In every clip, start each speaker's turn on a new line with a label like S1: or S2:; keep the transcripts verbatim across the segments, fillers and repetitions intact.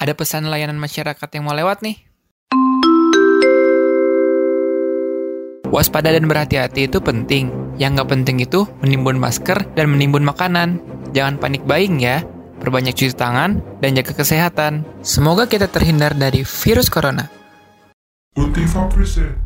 S1: Ada pesan layanan masyarakat yang mau lewat nih. Waspada dan berhati-hati itu penting. Yang nggak penting itu menimbun masker dan menimbun makanan. Jangan panik buying ya. Perbanyak cuci tangan dan jaga kesehatan. Semoga kita terhindar dari virus corona.
S2: Ultima present.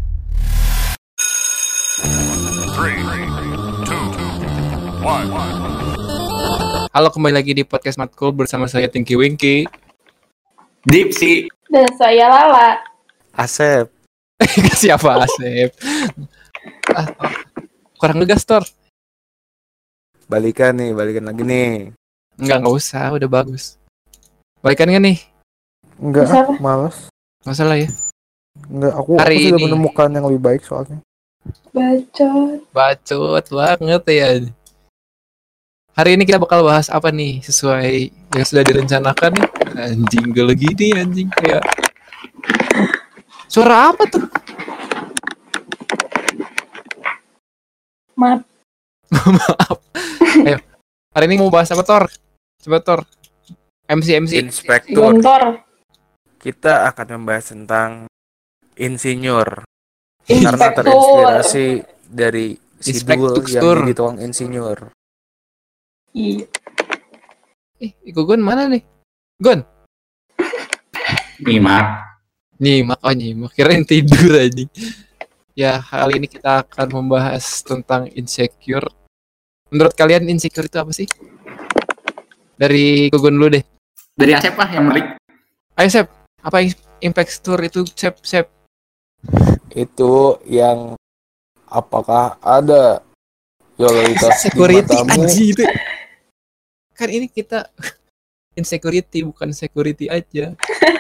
S1: Halo, kembali lagi di podcast Matkul bersama saya Tinky Winky,
S3: Dipsi,
S4: dan saya Lala.
S3: Asep.
S1: Siapa Asep? ah, oh. Kurang ngegas, Tor.
S3: Balikan nih, balikan lagi nih.
S1: Enggak, enggak usah, udah bagus. Balikan nggak nih?
S5: Enggak,
S4: Siapa?
S5: malas.
S1: Nggak salah ya.
S5: Enggak, aku,
S1: Hari
S5: aku sudah
S1: ini.
S5: menemukan yang lebih baik soalnya.
S4: Bacot.
S1: Bacot banget ya. Hari ini kita bakal bahas apa nih sesuai yang sudah direncanakan nih? Anjing, gak gini anjing kayak. Suara apa tuh?
S4: Maaf.
S1: Maaf. Ayo. Hari ini mau bahas apa, Tor? Coba Tor. M C M C.
S3: Inspektur.
S4: Gontor.
S3: Kita akan membahas tentang insinyur. Karena
S4: Inspektur.
S3: terinspirasi dari Sidul
S1: Inspektur.
S3: yang jadi tukang insinyur.
S4: Iya.
S1: Eh, Iko Gon mana nih? Gon.
S3: Nyimak.
S1: Nyimak, oh nyimak. Kirain tidur aja. Ya, kali ini kita akan membahas tentang insecure. Menurut kalian insecure itu apa sih? Dari Iko Gon dulu deh.
S6: Dari Asep lah yang menarik.
S1: Ayo Sep, apa insecure itu Sep? Sep?
S3: Itu yang apakah ada loyalitas di
S1: Security
S3: matamu?
S1: anjing itu. Kan ini kita insecurity bukan security aja.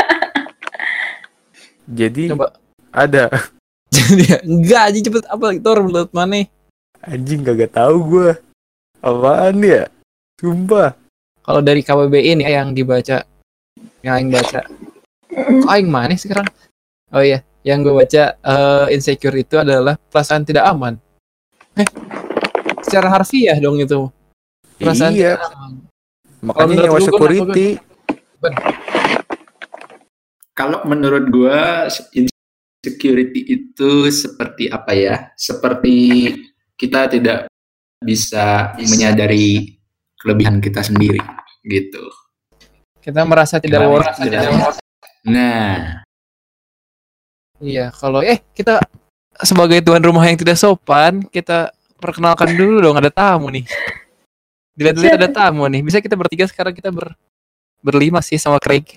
S3: Jadi
S1: Coba.
S3: ada.
S1: Jadi enggak anjing, cepet apa Tor menurut mana?
S3: Anjing kagak tahu gua. Apaan ya? Sumpah.
S1: Kalau dari K B B I ini yang dibaca, yang aing baca. Kok aing mana sekarang? Oh iya, yang gue baca uh, insecure itu adalah perasaan tidak aman. Eh, secara harfiah dong itu. Perasaan
S3: Iya.
S1: tidak aman.
S3: Makanya
S1: menurut
S3: nyawa
S1: lu, Gon,
S3: security.
S6: Kalau menurut gua insecurity itu seperti apa ya? Seperti kita tidak bisa menyadari kelebihan kita sendiri gitu.
S1: Kita merasa tidak
S6: Kita
S1: worth
S6: merasa
S1: it.
S6: tidak worth Nah,
S1: Iya, kalau eh kita sebagai tuan rumah yang tidak sopan, kita perkenalkan dulu dong, ada tamu nih. Dilihat-lihat ada tamu nih. Bisa kita bertiga sekarang, kita ber berlima sih sama Craig.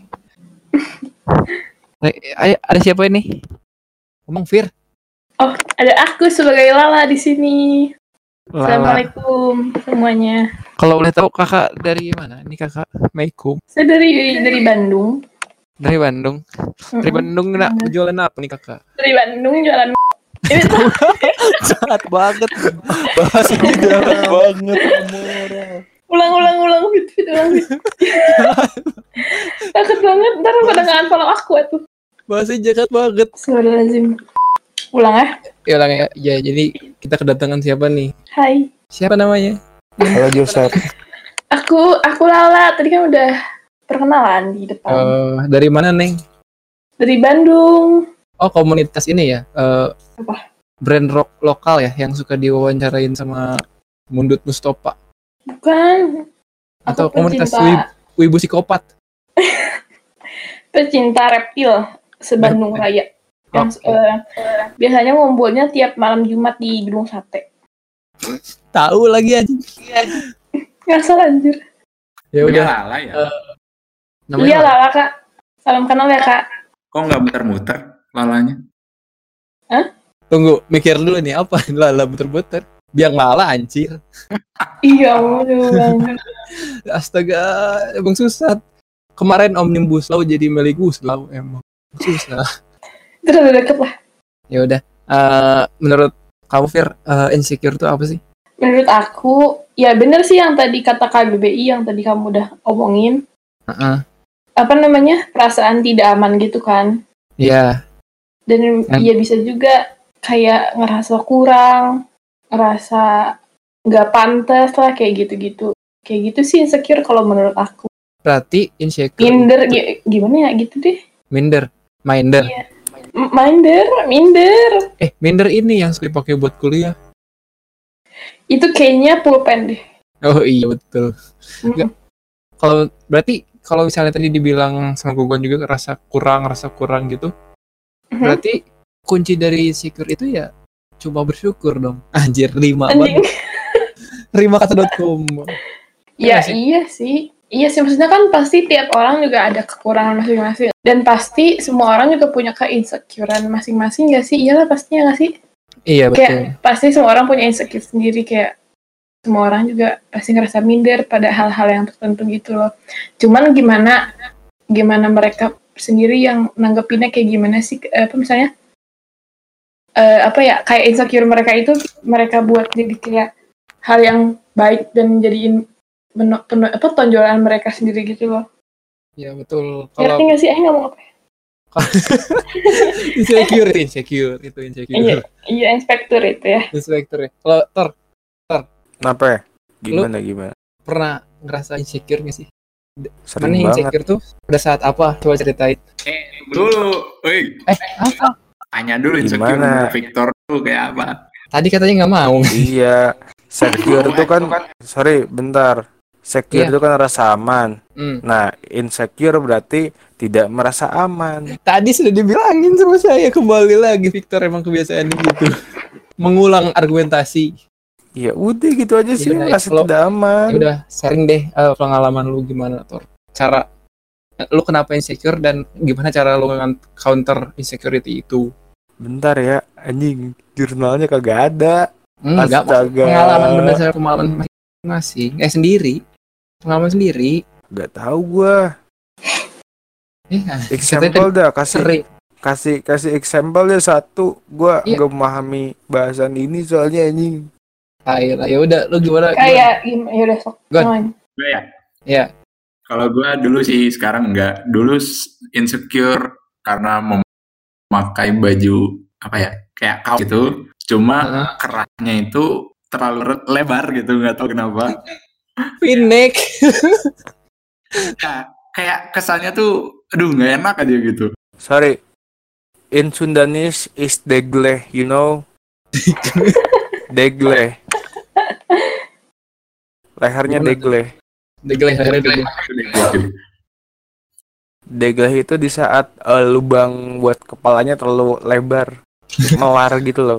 S1: Ayo, ada siapa ini? Ngomong Fir.
S4: Oh, ada aku sebagai Lala di sini.
S1: Lala.
S4: Assalamualaikum semuanya.
S1: Kalau boleh tahu kakak dari mana? Ini kakak Maikum.
S4: Saya dari dari Bandung.
S1: Dari Bandung. Dari
S4: Mm-mm.
S1: Bandung nak jualan apa nih kakak?
S4: Dari Bandung jualan. Ini tuh
S1: Jahat banget. Bahasanya jahat banget.
S4: ulang ulang ulang fit fit ulang fit. Takut banget ntar pada nggak unfollow aku tuh.
S1: Bahasanya jahat banget.
S4: Astagfirullahaladzim. Ulang ya.
S1: Ya ulang ya. Ya, jadi kita kedatangan siapa nih?
S4: Hai.
S1: Siapa namanya?
S5: Halo Joseph.
S4: Aku aku Lala. Tadi kan udah perkenalan di depan.
S1: Eh, dari mana, Neng?
S4: Dari Bandung.
S1: Oh, komunitas ini ya. Eh,
S4: Apa?
S1: Brand rock lokal ya yang suka diwawancarain sama Mundut Mustopa,
S4: Bukan.
S1: atau
S4: Aku
S1: komunitas
S4: pecinta-
S1: wib- wibu psikopat.
S4: Pecinta reptil se-Bandung Raya. Yang
S1: Oke.
S4: eh, biasanya ngumpulnya tiap malam Jumat di Gedung Sate.
S1: Tahu lagi aja.
S4: Ngasal anjir.
S1: Ya
S6: punya
S1: udah.
S6: Lala ya.
S1: Namanya
S4: Iya
S1: apa?
S4: Lala kak. Salam kenal ya kak.
S6: Kok nggak muter-muter Lalanya?
S1: Tunggu, mikir dulu nih apa? Lala muter-muter. Biang Lala anjir.
S4: Iya udah.
S1: Astaga, emang susah. Kemarin Omnibus Law jadi Meligus Law, emang susah.
S4: Itu udah deket lah.
S1: Ya udah. Eh, menurut kamu Fir, eh, insecure itu apa sih?
S4: Menurut aku, ya bener sih yang tadi kata K B B I yang tadi kamu udah omongin.
S1: Heeh.
S4: Apa namanya? Perasaan tidak aman gitu kan.
S1: Iya.
S4: Dan
S1: Kan-
S4: ya bisa juga kayak ngerasa kurang, ngerasa nggak pantas lah kayak gitu-gitu. Kayak gitu sih insecure kalau menurut aku.
S1: Berarti insecure.
S4: Minder
S1: itu-
S4: gi- gimana ya gitu deh.
S1: Minder. Minder.
S4: Iya. M- Minder, minder.
S1: Eh, minder ini yang sering pakai buat kuliah.
S4: Itu kayaknya pulpen deh.
S1: Oh iya betul.
S4: Mm-mm.
S1: Kalau berarti kalau misalnya tadi dibilang sama Gugun juga rasa kurang, rasa kurang gitu.
S4: Mhm.
S1: Berarti kunci dari insecure itu ya cuma bersyukur dong. Anjir, lima
S4: Anjing.
S1: banget. Lima kata dot com.
S4: Ya
S1: Iya sih.
S4: iya sih. Iya sih, maksudnya kan pasti tiap orang juga ada kekurangan masing-masing. Dan pasti semua orang juga punya ke-insecurean masing-masing gak sih? Iyalah pastinya gak sih?
S1: Iya betul.
S4: Kayak pasti semua orang punya insecure sendiri. Kayak semua orang juga pasti ngerasa minder pada hal-hal yang tertentu gitu loh. Cuman gimana gimana mereka sendiri yang nanggepinnya kayak gimana sih? Eh, Apa misalnya? eh, apa ya, kayak insecure mereka itu mereka buat jadi kayak hal yang baik dan jadiin beno- peno- apa tonjolan mereka sendiri gitu loh.
S1: Iya betul.
S4: Ngerti
S1: Kalau
S4: nggak sih? Eh ngomong apa?
S1: insecure itu insecure itu insecure.
S4: Iya, iya inspektur itu ya.
S1: Inspektor ya. Kalau Tor
S3: Kenapa ya? Gimana gimana?
S1: pernah ngerasa insecure nggak sih?
S3: Sering
S1: Mana
S3: banget.
S1: insecure tuh pada saat apa? Coba ceritain.
S6: Eh, dulu, woi,
S1: Eh apa?
S6: tanya dulu insecure
S3: Gimana?
S6: menurut Victor tuh kayak apa?
S1: Tadi katanya nggak mau.
S3: Iya, secure itu kan, sorry, bentar. Secure
S1: Iya.
S3: itu kan rasa aman.
S1: Hmm.
S3: Nah, insecure berarti tidak merasa aman.
S1: Tadi sudah dibilangin sama saya, kembali lagi Victor emang kebiasaan gitu. Mengulang argumentasi.
S3: Ya udah gitu aja sih,
S1: Iya,
S3: merasa
S1: kalau-
S3: tidak aman.
S1: Ya udah, sharing deh eh, pengalaman lu gimana Tor. Cara lu kenapa insecure dan gimana cara lu counter insecurity itu?
S3: Bentar ya, anjing, jurnalnya kagak ada.
S1: Enggak,
S3: Astaga.
S1: pengalaman berdasarkan pengalaman masing-masing. Eh sendiri. Pengalaman sendiri.
S3: Gak tahu gua.
S1: Eh, ah,
S3: Example dah, kasih
S1: sering.
S3: kasih kasih example ya satu. Gua
S1: Iya.
S3: nggak memahami bahasan ini soalnya anjing.
S1: Ayolah, ya udah lu gimana? gimana?
S4: Kayak gimana? Ya udah sok.
S1: Good.
S4: ngomong.
S6: Gue ya,
S1: Ya.
S6: kalau gue dulu sih, sekarang enggak. Dulu s- insecure karena memakai baju apa ya, kayak kaos gitu. Cuma
S1: Heeh.
S6: kerahnya itu terlalu re- lebar gitu, nggak tahu kenapa.
S1: Pinek.
S6: Ya, kayak kesannya tuh, aduh nggak enak aja gitu.
S3: Sorry. In Sundanese is degle, you know? Degle. Lehernya
S1: Gimana tuh?
S3: degle.
S1: Degle, degle, degle.
S3: Degle itu di saat eh, lubang buat kepalanya terlalu lebar. Melar gitu loh.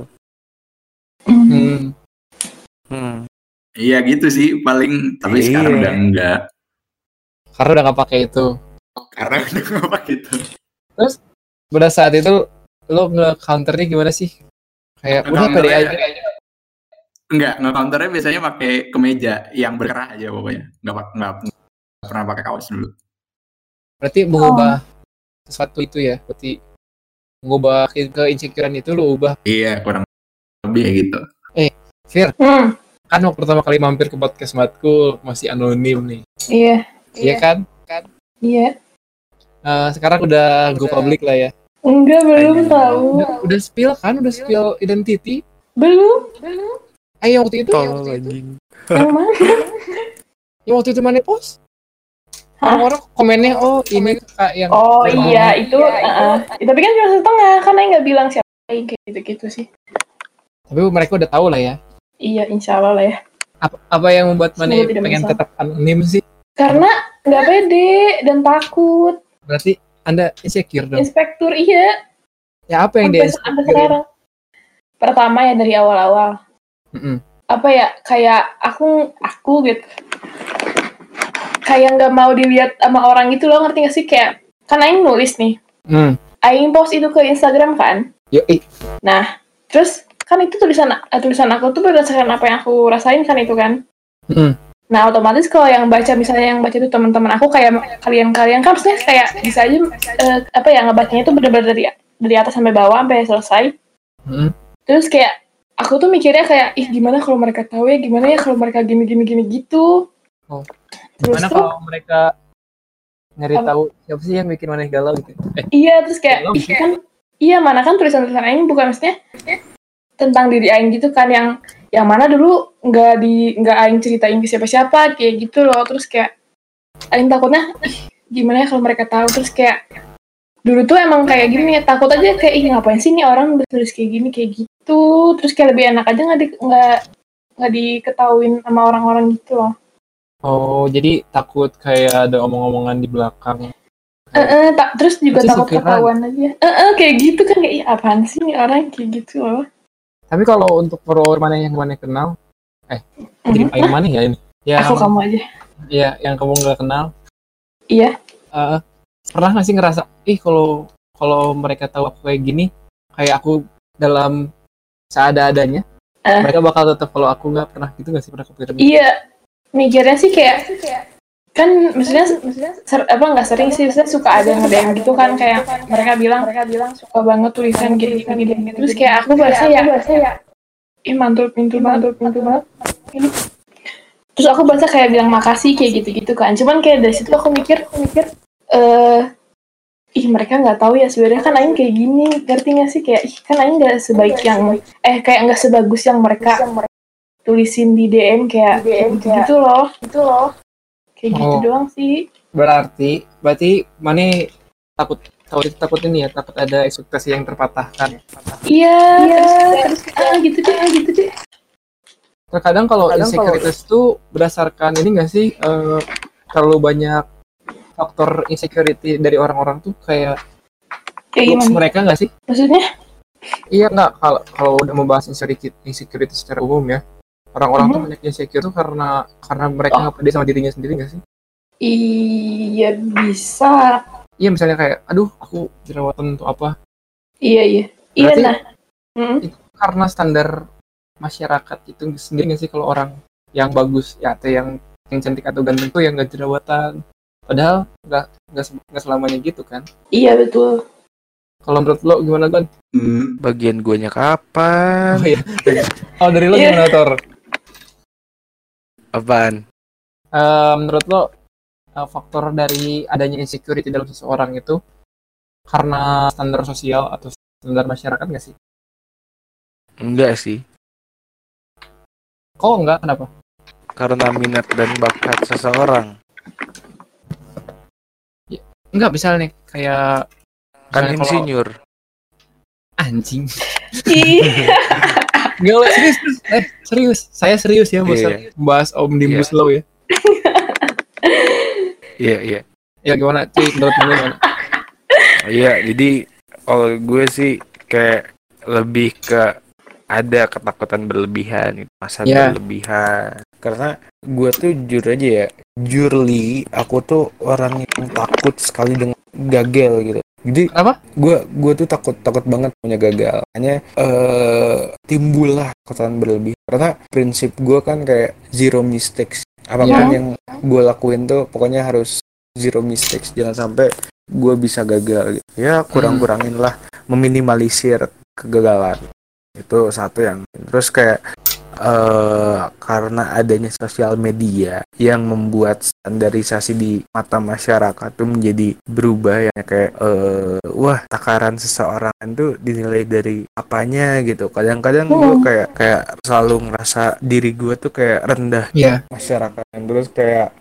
S1: Hmm.
S3: Hmm.
S6: Iya gitu sih paling, tapi
S3: Iya.
S6: sekarang udah enggak.
S1: Karena udah gak pakai itu.
S6: Karena udah nggak pakai itu.
S1: Pada saat itu lu nge-counternya gimana sih? Kayak udah pede
S6: Nge-counternya-
S1: aja.
S6: Enggak, nge-counternya biasanya pakai kemeja yang berkerah aja pokoknya. Enggak pak- enggak enggak pernah pakai kaos dulu.
S1: Berarti mengubah sesuatu itu ya. Berarti mengubah ke ke insecurean itu lu ubah.
S6: Iya, kurang lebih ya gitu.
S1: Fir,
S4: Hmm,
S1: kan waktu pertama kali mampir ke podcast Matkul masih anonim nih.
S4: iya.
S1: Iya kan?
S4: Iya.
S1: Eh, sekarang udah go public lah ya.
S4: Enggak, belum
S6: Ayo.
S4: tahu.
S1: Udah, udah spill kan? Udah spill identity.
S4: Belum. Belum.
S1: Eh yang waktu itu,
S3: Tolol anjing.
S4: Yang mana?
S1: yang waktu itu mana post?
S4: Hah?
S1: Orang-orang komennya oh ini kak yang
S4: Oh
S1: yang-
S4: iya, itu. uh-uh. Tapi kan cuma setengah, karena nggak bilang siapa yang kayak gitu-gitu sih.
S1: Tapi mereka udah tahu lah ya.
S4: Iya, insya Allah lah ya.
S1: Apa, apa yang membuat mana
S4: Semoga tidak
S1: pengen
S4: menyesal.
S1: tetap anonim sih?
S4: Karena nggak pede dan takut.
S1: Berarti Anda insecure dong.
S4: Inspektur iya.
S1: Ya apa yang
S4: Sampai,
S1: dia
S4: sampai
S1: insecure?
S4: sekarang. Pertama ya dari awal-awal.
S1: Mm-mm.
S4: Apa ya, kayak aku aku gitu. Kayak nggak mau dilihat sama orang gitu loh, ngerti gak sih? Kayak, kan Aing nulis nih.
S1: Hmm.
S4: Aing post itu ke Instagram kan.
S1: Yo, ih.
S4: Nah, terus kan itu tulisan eh, tulisan aku tuh berdasarkan apa yang aku rasain kan itu kan.
S1: Mm-mm.
S4: Nah, otomatis kalau yang baca, misalnya yang baca itu teman-teman aku kayak kalian-kalian kan maksudnya kayak bisa aja eh, apa ya, ngebacanya itu benar-benar dari dari atas sampai bawah sampai selesai.
S1: Mm-mm.
S4: Terus kayak aku tuh mikirnya kayak ih gimana kalau mereka tahu ya, gimana ya kalau mereka gini-gini gini gitu.
S1: Oh.
S4: Terus
S1: Gimana
S4: tuh
S1: kalau mereka nyari
S4: Apa?
S1: tahu siapa sih yang bikin maneh galau gitu? Eh,
S4: iya, terus kayak
S1: Galau.
S4: ih kan iya, mana kan tulisan-tulisan Aing bukan maksudnya tentang diri Aing gitu kan, yang yang mana dulu nggak di nggak Aing ceritain ke siapa-siapa kayak gitu loh. Terus kayak paling takutnya ih, gimana ya kalau mereka tahu. Terus kayak dulu tuh emang kayak gini ya, takut aja kayak ih ngapain sih nih orang udah tulis kayak gini kayak gitu. Terus kayak lebih enak aja nggak di, nggak nggak diketahuin sama orang-orang gitu loh.
S1: Oh, jadi takut kayak ada omong-omongan di belakang.
S4: Eh, eh, tak, terus juga
S1: Itu
S4: takut
S1: sekiranya.
S4: ketahuan aja. Eh, eh, kayak gitu kan kayak ih apaan sih nih orang kayak gitu loh.
S1: Tapi kalau untuk follower mana yang mana kenal, eh, jadi
S4: Mhm.
S1: yang mana ya ini? Yang,
S4: Aku kamu aja.
S1: ya, yang kamu nggak kenal.
S4: Iya.
S1: Eh, pernah nggak sih ngerasa, ih kalau kalau mereka tahu aku kayak gini, kayak aku dalam seada-adanya,
S4: Eh.
S1: mereka bakal tetap follow aku. Nggak pernah gitu nggak sih, pernah kepikiran?
S4: Iya. Mikirnya sih kayak kan maksudnya ser, apa nggak sering sih, maksudnya suka ada nge-D M gitu kan kayak mereka bilang mereka bilang suka banget tulisan gini gini gini. Terus kayak aku bahasa ya ih mantul pintu mantul pintu banget ini. Terus aku bahasa kayak bilang makasih kayak gitu-gitu kan. Cuman kayak dari situ aku mikir aku mikir eh ih mereka nggak tahu ya sebenarnya kan Aing kayak gini, ngerti nggak sih kayak ih kan Aing nggak sebaik yang eh kayak nggak sebagus yang mereka tulisin di D M kayak gitu loh gitu loh kayak gitu
S1: Oh.
S4: doang sih.
S1: Berarti, berarti mana takut takut takut ini ya, takut ada ekspektasi yang terpatahkan.
S4: Iya, terus, terus ah gitu deh, ah, gitu deh.
S1: Terkadang kalau insecurities itu berdasarkan ini nggak sih, eh, terlalu banyak faktor insecurity dari orang-orang tuh kayak
S4: Kayak
S1: looks
S4: gimana?
S1: mereka nggak sih?
S4: Maksudnya?
S1: Iya nggak, kalau kalau udah membahas insecurity, insecurity secara umum ya, orang-orang tuh
S4: Mhm.
S1: banyak insecure tuh karena karena mereka nggak pede sama dirinya sendiri nggak sih?
S4: Iya bisa.
S1: Iya misalnya kayak, aduh aku jerawatan untuk apa?
S4: Iya iya. Iya
S1: Berarti-
S4: nah. Mm.
S1: Itu karena standar masyarakat itu sendiri nggak sih, kalau orang yang bagus ya atau yang yang cantik atau ganteng tuh yang nggak jerawatan, padahal nggak nggak se- nggak selamanya gitu kan.
S4: Iya betul.
S1: Kalau menurut lo gimana Gon?
S6: Hmm,
S3: Bagian guanya kapan?
S1: Oh iya. Oh dari lo
S4: Iya.
S1: gimana Tor?
S3: Apaan?
S1: Eh, menurut lo eh, faktor dari adanya insecurity dalam seseorang itu karena standar sosial atau standar masyarakat nggak sih?
S3: Enggak sih.
S1: Kok enggak? Kenapa?
S3: Karena minat dan bakat seseorang.
S1: Enggak, misalnya nih kayak
S3: Kan
S1: misalnya kalau-
S3: insinyur.
S1: anjing.
S4: Ih.
S1: Enggak lah, serius, serius. Eh, serius. Saya serius ya, bos.
S3: Iya.
S1: Bahas omnibus law ya.
S3: Iya, iya.
S1: Ya gimana, cuy? Menurut lo gimana?
S3: Iya, jadi kalau gue sih kayak lebih ke ada ketakutan berlebihan, gitu. Masa
S1: Ya.
S3: berlebihan. Karena gue tuh jujur aja ya, jujurly aku tuh orang yang takut sekali dengan gagal gitu. Jadi
S1: Kenapa?
S3: gue gue tuh takut takut banget punya gagal. Hanya eh timbul lah ketakutan berlebihan. Karena prinsip gue kan kayak zero mistakes. Apapun
S1: Ya.
S3: yang gue lakuin tuh pokoknya harus zero mistakes. Jangan sampai gue bisa gagal gitu. Ya kurang-kurangin lah, meminimalisir kegagalan. Itu satu yang. Terus kayak eh karena adanya sosial media yang membuat standarisasi di mata masyarakat tuh menjadi berubah ya, kayak eh wah takaran seseorang itu dinilai dari apanya gitu. Kadang-kadang gue kayak kayak selalu ngerasa diri gue tuh kayak rendah
S1: Iya.
S3: masyarakat. Terus kayak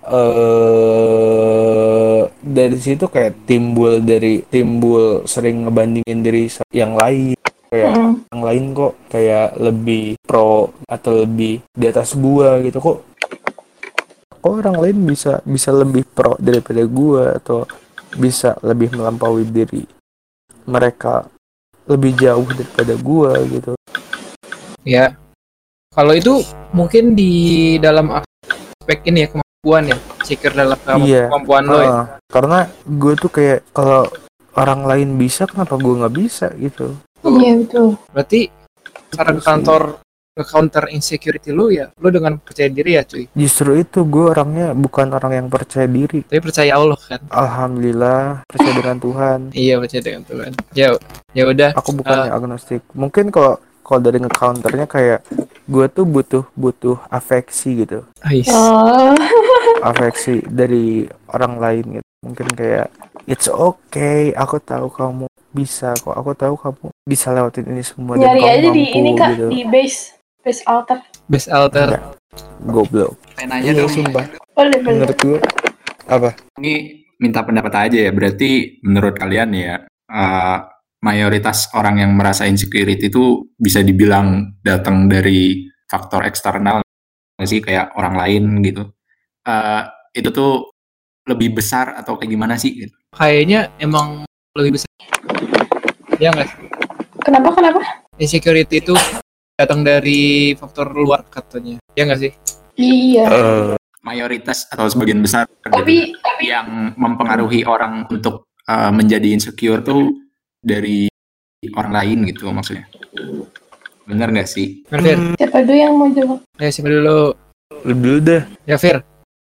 S3: eh dari situ kayak timbul dari timbul sering ngebandingin diri sa- yang lain, kayak
S4: Mm.
S3: yang lain kok kayak lebih pro atau lebih di atas gua gitu, kok kok orang lain bisa bisa lebih pro daripada gua atau bisa lebih melampaui diri mereka lebih jauh daripada gua gitu.
S1: Ya. Kalau itu mungkin di dalam aspek ini ya, kemampuan ya, secure dalam kemamp-
S3: Iya.
S1: kemampuan lo ya.
S3: Heeh. Karena gue tuh kayak kalau orang lain bisa kenapa gua nggak bisa gitu.
S4: Iya betul.
S1: Berarti saran
S3: sih.
S1: kantor nge-counter insecurity lu ya, lu dengan percaya diri ya cuy.
S3: Justru itu gue orangnya bukan orang yang percaya diri.
S1: Tapi percaya Allah kan.
S3: Alhamdulillah percaya dengan Tuhan.
S1: Iya, percaya dengan Tuhan. Ya, ya udah.
S3: Aku bukannya agnostik. Mungkin kalau kalau dari nge-counternya kayak gue tuh butuh butuh afeksi gitu.
S1: Ais.
S4: Oh.
S3: Afeksi dari orang lain gitu. Mungkin kayak it's okay, aku tahu kamu bisa kok. Aku tahu kamu bisa lewatin ini semua dan
S4: Nyari
S3: kamu
S4: aja di
S3: mampu
S4: ini kak
S3: gitu.
S4: di base base altar.
S1: Best alter.
S3: Goblok.
S6: pengen nanya
S3: Iya
S6: dong.
S3: sumpah.
S4: Boleh boleh.
S3: Menurut gue Apa?
S6: Ini minta pendapat aja ya. Berarti menurut kalian ya, uh, mayoritas orang yang merasa insecurity itu bisa dibilang datang dari faktor eksternal nggak sih, kayak orang lain gitu. Uh, itu tuh lebih besar atau kayak gimana sih? Gitu.
S1: Kayaknya emang lebih besar. Ya nggak sih?
S4: Kenapa kenapa?
S1: Insecurity itu datang dari faktor luar katanya. Ya nggak sih?
S4: Iya.
S3: Eh,
S6: Mayoritas atau sebagian besar
S4: Tapi
S6: gitu, yang mempengaruhi orang untuk uh, menjadi insecure tuh dari orang lain gitu maksudnya. Bener nggak sih?
S1: Fir,
S4: siapa dulu yang mau jawab?
S1: ya siapa dulu?
S3: lu dulu dah.
S1: Ya Fir.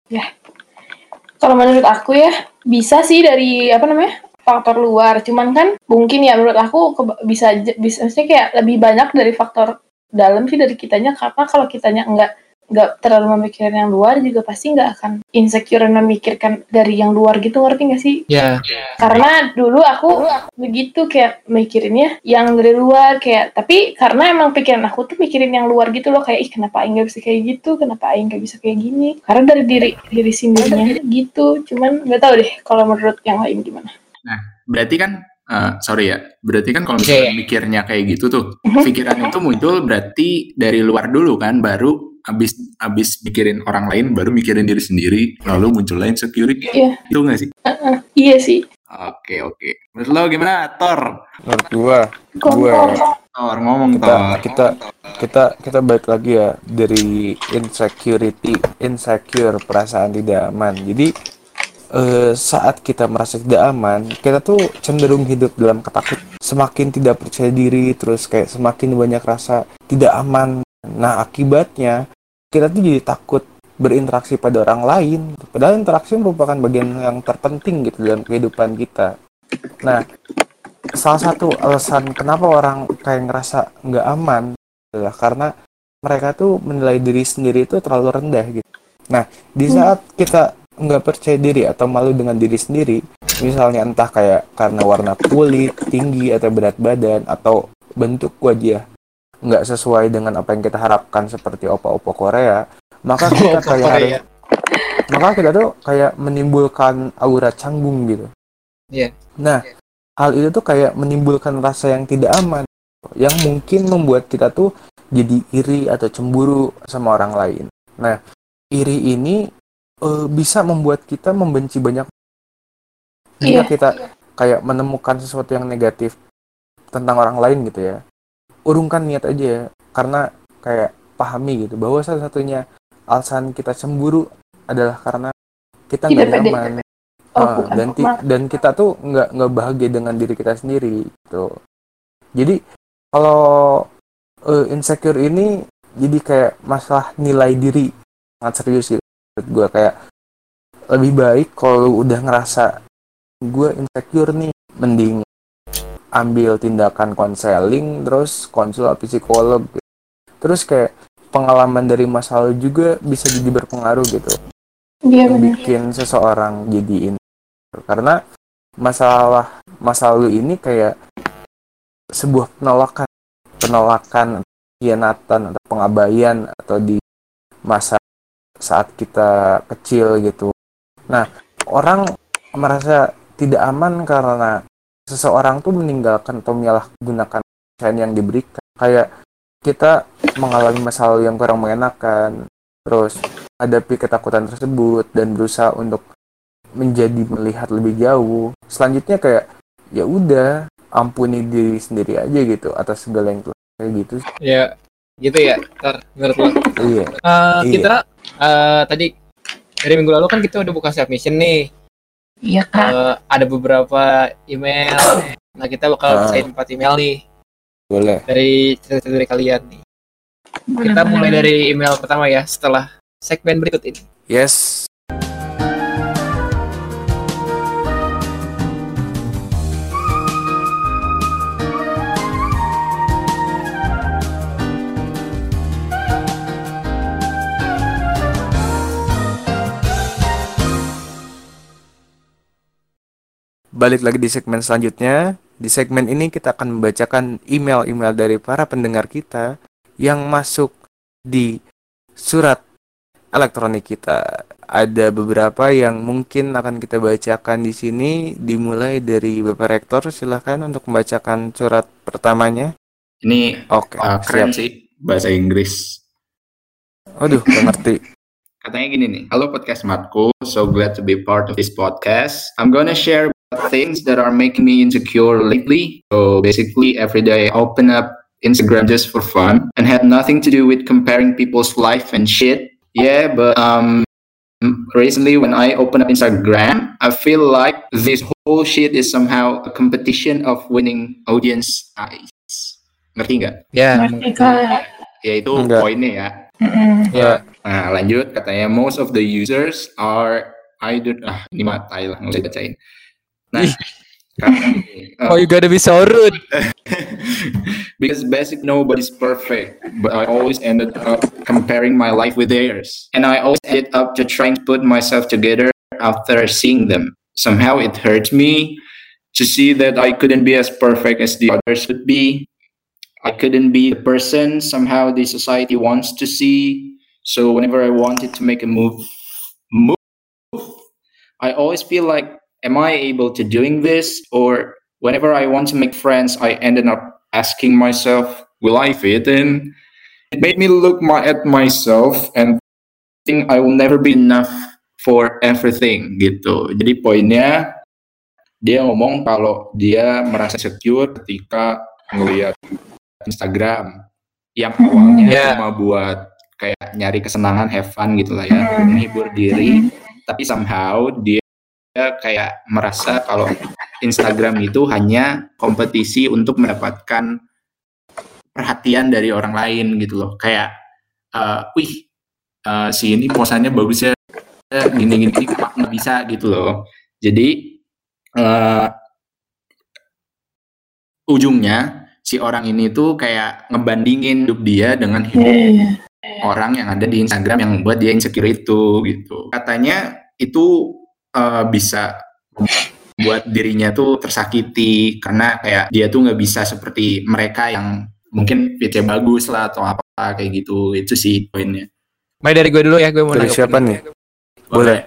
S4: Kalau menurut aku ya bisa sih dari apa namanya faktor luar. Cuman kan mungkin ya menurut aku ke- bisa j- bisa maksudnya kayak lebih banyak dari faktor dalam sih dari kitanya. Karena kalau kitanya enggak nggak terlalu memikirkan yang luar juga pasti nggak akan insecure dan memikirkan dari yang luar gitu, ngerti nggak sih?
S1: Ya.
S4: Karena dulu aku begitu kayak mikirinnya yang dari luar kayak, tapi karena emang pikiran aku tuh mikirin yang luar gitu loh, kayak ih kenapa Aing nggak bisa kayak gitu, kenapa Aing nggak bisa kayak gini, karena dari diri diri sendirinya gitu. Cuman nggak tahu deh kalau menurut yang lain gimana.
S6: Berarti kan, uh, sorry ya, berarti kan kalau misalnya
S1: Oke.
S6: mikirnya kayak gitu tuh,
S4: Mhm.
S6: pikiran itu muncul berarti dari luar dulu kan, baru abis abis mikirin orang lain, baru mikirin diri sendiri, lalu munculnya insecurity.
S4: Iya.
S6: Itu nggak sih?
S4: Iya sih.
S6: Oke oke. Menurut lo gimana, Thor?
S3: Menurut gua, gua
S4: Kontol.
S6: Thor ngomong
S3: kita
S6: Thor.
S3: kita kita kita balik lagi ya dari insecurity, insecure, perasaan tidak aman. Jadi eh, saat kita merasa tidak aman, kita tuh cenderung hidup dalam ketakutan, semakin tidak percaya diri, terus kayak semakin banyak rasa tidak aman. Nah, akibatnya kita tuh jadi takut berinteraksi pada orang lain. Padahal interaksi merupakan bagian yang terpenting gitu dalam kehidupan kita. Nah, salah satu alasan kenapa orang kayak ngerasa nggak aman adalah karena mereka tuh menilai diri sendiri itu terlalu rendah gitu. Nah, di saat kita nggak percaya diri atau malu dengan diri sendiri, misalnya entah kayak karena warna kulit, tinggi atau berat badan, atau bentuk wajah nggak sesuai dengan apa yang kita harapkan seperti opa-opa Korea, maka kita
S1: Opa
S3: kayak
S1: Korea.
S3: harus, maka kita tuh kayak menimbulkan aura canggung gitu.
S1: Iya.
S3: Nah, hal itu tuh kayak menimbulkan rasa yang tidak aman, yang mungkin membuat kita tuh jadi iri atau cemburu sama orang lain. Nah, iri ini eh, bisa membuat kita membenci banyak. Jika
S4: Iya.
S3: kita kayak menemukan sesuatu yang negatif tentang orang lain gitu ya, urungkan niat aja ya, karena kayak pahami gitu bahwa salah satunya alasan kita cemburu adalah karena kita nggak
S4: Tidak pede.
S3: nyaman.
S4: Oh,
S3: Ah,
S4: bukan.
S3: dan ti-
S4: Maaf.
S3: dan kita tuh nggak nggak bahagia dengan diri kita sendiri gitu. Jadi kalau eh, insecure ini jadi kayak masalah nilai diri sangat serius gitu. Menurut gue kayak lebih baik kalau lu udah ngerasa gue insecure nih, mending ambil tindakan konseling, terus konsul psikolog gitu. Terus kayak pengalaman dari masa lalu juga bisa jadi berpengaruh gitu,
S4: Iya benar.
S3: bikin seseorang jadi insecure. Karena masalah masa lalu ini kayak sebuah penolakan, penolakan, khianatan atau pengabaian atau di masa saat kita kecil gitu. Nah, orang merasa tidak aman karena seseorang tuh meninggalkan atau menyalahgunakan kepercayaan yang diberikan. Kayak kita mengalami masa lalu yang kurang mengenakan, terus hadapi ketakutan tersebut dan berusaha untuk menjadi melihat lebih jauh. Selanjutnya kayak ya udah ampuni diri sendiri aja gitu atas segala yang telah kayak gitu.
S1: Ya, gitu ya. Ntar, menurut lo.
S3: Iya.
S1: Eh,
S3: Iya.
S1: Kita eh, tadi dari minggu lalu kan kita udah buka submission nih.
S4: Iya kak.
S1: Eh, ada beberapa email. Nah, kita bakal
S3: Ah.
S1: bacain empat email nih
S3: Boleh.
S1: dari cerita dari kalian nih. Kita mulai dari email pertama ya, setelah segmen berikut ini.
S3: Yes. Balik lagi di segmen selanjutnya. Di segmen ini kita akan membacakan email-email dari para pendengar kita yang masuk di surat elektronik kita. Ada beberapa yang mungkin akan kita bacakan di sini, dimulai dari Bapak Rektor. Silahkan untuk membacakan surat pertamanya.
S6: Ini
S3: Oke,
S6: uh, keren
S3: siap.
S6: sih bahasa Inggris.
S3: Aduh, gak ngerti.
S6: Katanya gini nih, halo podcast Marco, so glad to be part of this podcast. I'm gonna share about things that are making me insecure lately. So basically every day I open up Instagram just for fun and had nothing to do with comparing people's life and shit. Yeah, but um recently when I open up Instagram, I feel like this whole shit is somehow a competition of winning audience eyes. Ngerti nggak?
S1: Ya,
S4: Ngerti Kak.
S6: Ya itu
S3: Enggak.
S6: poinnya ya.
S4: Mm-mm.
S3: Ya,
S6: Nah lanjut katanya most of the users are either ah ini mah tai lah nggak usah bacain. Nah katanya gini, uh,
S1: oh you gotta be so rude.
S6: because basic nobody's perfect, but I always ended up comparing my life with theirs, and I always ended up just trying to put myself together after seeing them. Somehow it hurts me to see that I couldn't be as perfect as the others would be. I couldn't be the person somehow the society wants to see. So whenever I wanted to make a move, move, I always feel like, am I able to doing this? Or whenever I want to make friends, I ended up asking myself, will I fit in? It made me look my, at myself and think I will never be enough for everything gitu. Jadi poinnya dia ngomong kalau dia merasa secure ketika ngelihat Instagram yang awalnya
S1: Yeah.
S6: cuma buat kayak nyari kesenangan, have fun gitu lah ya, menghibur diri, tapi somehow dia kayak merasa kalau Instagram itu hanya kompetisi untuk mendapatkan perhatian dari orang lain gitu loh, kayak uh, wih uh, si ini posannya bagus ya, gini-gini nggak bisa gitu loh. Jadi uh, ujungnya si orang ini tuh kayak ngebandingin hidup dia dengan hidup
S4: Iya.
S6: orang yang ada di Instagram yang membuat dia insecure itu gitu. Katanya itu uh, bisa buat dirinya tuh tersakiti karena kayak dia tuh nggak bisa seperti mereka yang mungkin fitnya bagus lah atau apa kayak gitu. Itu sih poinnya.
S1: Mulai dari gue dulu ya, gue mau
S3: dari
S1: nanggepin.
S3: siapa nih? Boleh.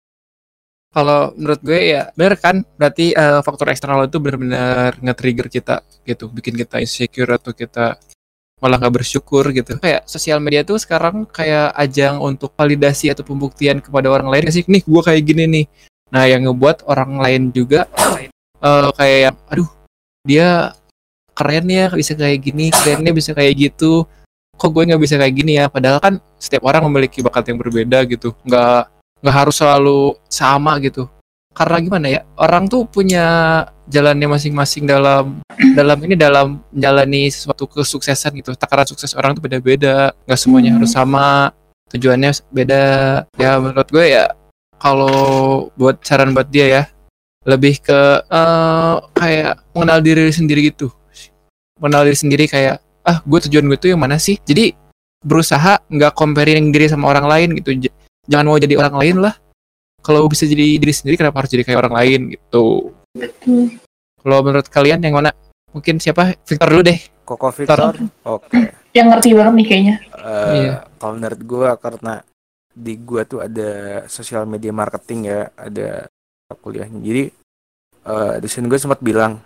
S1: Kalau menurut gue ya bener kan, berarti uh, faktor eksternal itu benar-benar nge-trigger kita gitu, bikin kita insecure atau kita malah nggak bersyukur gitu. Kayak sosial media tuh sekarang kayak ajang untuk validasi atau pembuktian kepada orang lain sih, nih gue kayak gini nih. Nah yang ngebuat orang lain juga uh, kayak yang, aduh dia keren ya bisa kayak gini, kerennya bisa kayak gitu, kok gue nggak bisa kayak gini ya. Padahal kan setiap orang memiliki bakat yang berbeda gitu, nggak nggak harus selalu sama gitu. Karena gimana ya, orang tuh punya jalannya masing-masing dalam dalam ini dalam menjalani sesuatu kesuksesan gitu. Takaran sukses orang tuh beda-beda, nggak semuanya harus sama, tujuannya beda. Ya menurut gue ya, kalau buat saran buat dia ya, lebih ke uh, kayak mengenal diri sendiri gitu, mengenal diri sendiri kayak ah gue tujuan gue tuh yang mana sih. Jadi berusaha nggak comparing diri sama orang lain gitu. Jangan mau jadi orang lain lah. Kalau bisa jadi diri sendiri, kenapa harus jadi kayak orang lain gitu.
S4: Betul.
S1: Kalau menurut kalian yang mana? Mungkin siapa? Victor dulu deh.
S3: Koko Victor. Oke.
S4: Yang ngerti banget nih kayaknya.
S3: Eh,
S1: Iya.
S3: Kalau menurut gue, karena di gue tuh ada sosial media marketing ya, ada kuliahnya. Jadi eh, dosen gue sempat bilang,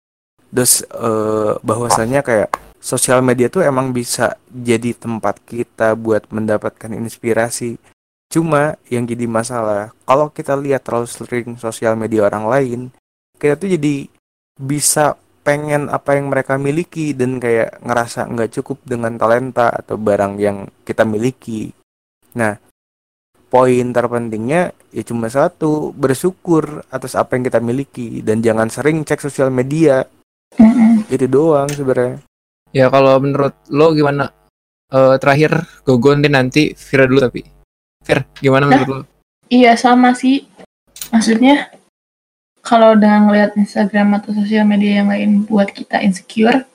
S3: dos eh, bahwasanya kayak sosial media tuh emang bisa jadi tempat kita buat mendapatkan inspirasi. Cuma yang jadi masalah, kalau kita lihat terlalu sering sosial media orang lain, kita tuh jadi bisa pengen apa yang mereka miliki dan kayak ngerasa nggak cukup dengan talenta atau barang yang kita miliki. Nah, poin terpentingnya ya cuma satu, bersyukur atas apa yang kita miliki dan jangan sering cek sosial media.
S4: Mm-mm.
S3: Itu doang sebenarnya.
S1: Ya kalau menurut lo gimana? Eh, terakhir Gogon deh, nanti Vira dulu tapi. Fir, gimana menurut lo?
S4: Iya sama sih. Maksudnya kalau dengan ngeliat Instagram atau sosial media yang lain buat kita insecure,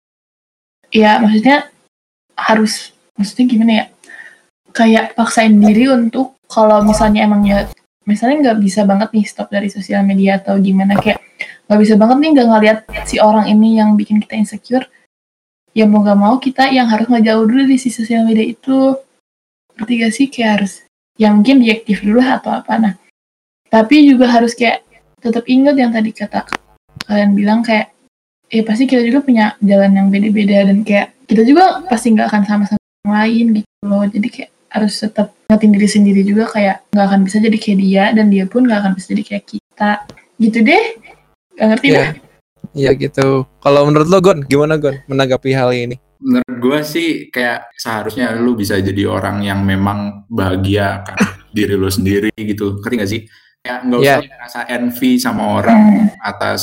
S4: ya maksudnya harus, maksudnya gimana ya? Kayak paksain diri untuk kalau misalnya emang ya, misalnya nggak bisa banget nih stop dari sosial media atau gimana, kayak nggak bisa banget nih nggak ngeliat si orang ini yang bikin kita insecure, ya mau nggak mau kita yang harus ngejauh dulu di si sosial media itu. Berarti gak sih kayak harus yang mungkin diaktif dulu lah atau apa. Nah, tapi juga harus kayak tetap ingat yang tadi kata kalian bilang kayak, eh pasti kita juga punya jalan yang beda-beda dan kayak kita juga pasti nggak akan sama-sama yang lain gitu loh. Jadi kayak harus tetap ingatin diri sendiri juga kayak nggak akan bisa jadi kayak dia dan dia pun nggak akan bisa jadi kayak kita. Gitu deh. Gak ngerti
S1: Iya.
S4: dah.
S1: Iya gitu. Kalau menurut lo Gon, gimana Gon menanggapi hal ini?
S6: Menurut gue sih kayak seharusnya lu bisa jadi orang yang memang bahagia kan diri lu sendiri gitu. Ngerti gak sih? Kayak nggak usah
S1: Iya.
S6: merasa envy sama orang atas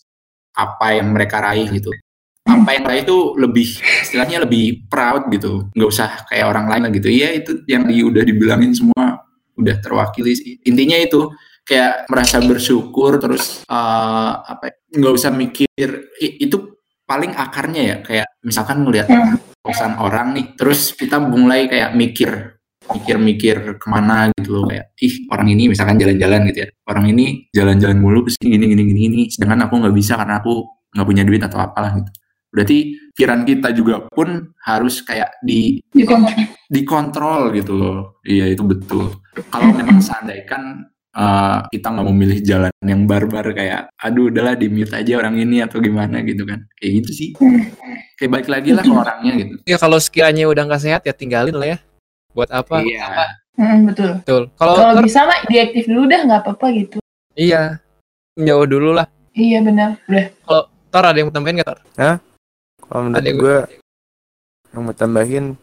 S6: apa yang mereka raih gitu. Apa yang raih itu lebih istilahnya lebih proud gitu. Nggak usah kayak orang lain lah gitu. Iya itu yang di, udah dibilangin semua udah terwakili sih. Intinya itu kayak merasa bersyukur terus uh, apa ya, nggak usah mikir i- itu paling akarnya ya kayak misalkan ngelihat posan orang nih terus kita mulai kayak mikir mikir-mikir kemana gitu loh kayak ih orang ini misalkan jalan-jalan gitu ya orang ini jalan-jalan mulu ke sini gini gini gini gini sedangkan aku nggak bisa karena aku nggak punya duit atau apalah gitu berarti pikiran kita juga pun harus kayak di
S4: Dikontrol.
S6: dikontrol gitu loh iya itu betul kalau memang seandainya Uh, kita nggak mau milih jalan yang barbar kayak aduh udahlah di mute aja orang ini atau gimana gitu kan kayak gitu sih kayak balik lagi lah ke orangnya gitu
S1: Ya kalau sekiranya udah nggak sehat ya tinggalin lah ya. Buat apa?
S6: iya
S4: Hmm, betul.
S1: Betul. Kalau
S4: Kalau
S1: Tor,
S4: bisa mah diaktif dulu dah nggak apa-apa gitu.
S1: iya jauh dulu lah.
S4: Iya benar. Udah.
S1: Kalau Tor ada yang mau tambahin nggak Tor?
S3: Kalau menurut
S1: Ada
S3: gue yang mau tambahin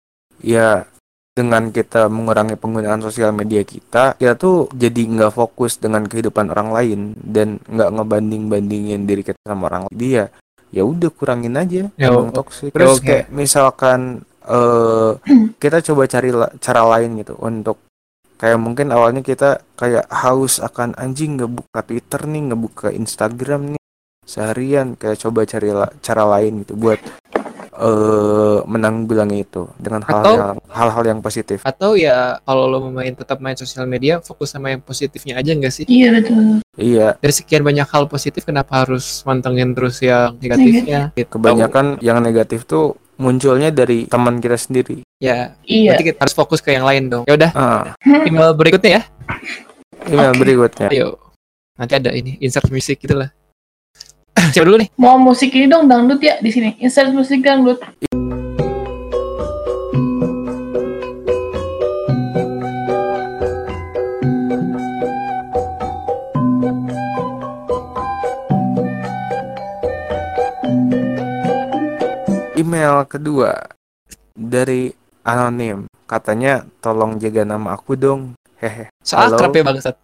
S3: ya dengan kita mengurangi penggunaan sosial media kita, kita tuh jadi nggak fokus dengan kehidupan orang lain dan nggak ngebanding-bandingin diri kita sama orang lain. Dia ya udah kurangin aja
S1: Ya,
S3: emang
S1: o-
S3: toksik. Terus
S1: oke.
S3: kayak misalkan eh kita coba cari la- cara lain gitu untuk kayak mungkin awalnya kita kayak haus akan anjing nggak buka Twitter nih, nggak buka Instagram nih seharian, kayak coba cari la- cara lain gitu buat eh menanggulangi itu dengan hal
S1: Atau-
S3: yang hal-hal yang positif.
S1: Atau ya kalau lo mau main tetap main sosial media fokus sama yang positifnya aja nggak sih?
S4: Iya betul.
S3: Iya,
S1: Dari sekian banyak hal positif kenapa harus mantengin terus yang negatifnya? Gitu.
S3: kebanyakan yang negatif tuh munculnya dari teman kita sendiri.
S1: Ya,
S4: Iya.
S1: berarti kita harus fokus ke yang lain dong. Ya udah,
S3: Ah,
S1: email berikutnya ya.
S3: email
S4: Oke.
S3: berikutnya.
S1: Ayo. Nanti ada ini insert musik gitu lah. Siapa dulu nih?
S4: Mau musik ini dong dangdut ya di sini. Insert musik dangdut.
S3: Email kedua dari anonim. Katanya tolong jaga nama aku dong. Hehe.
S1: So
S3: Halo?
S1: akrab ya bangsat.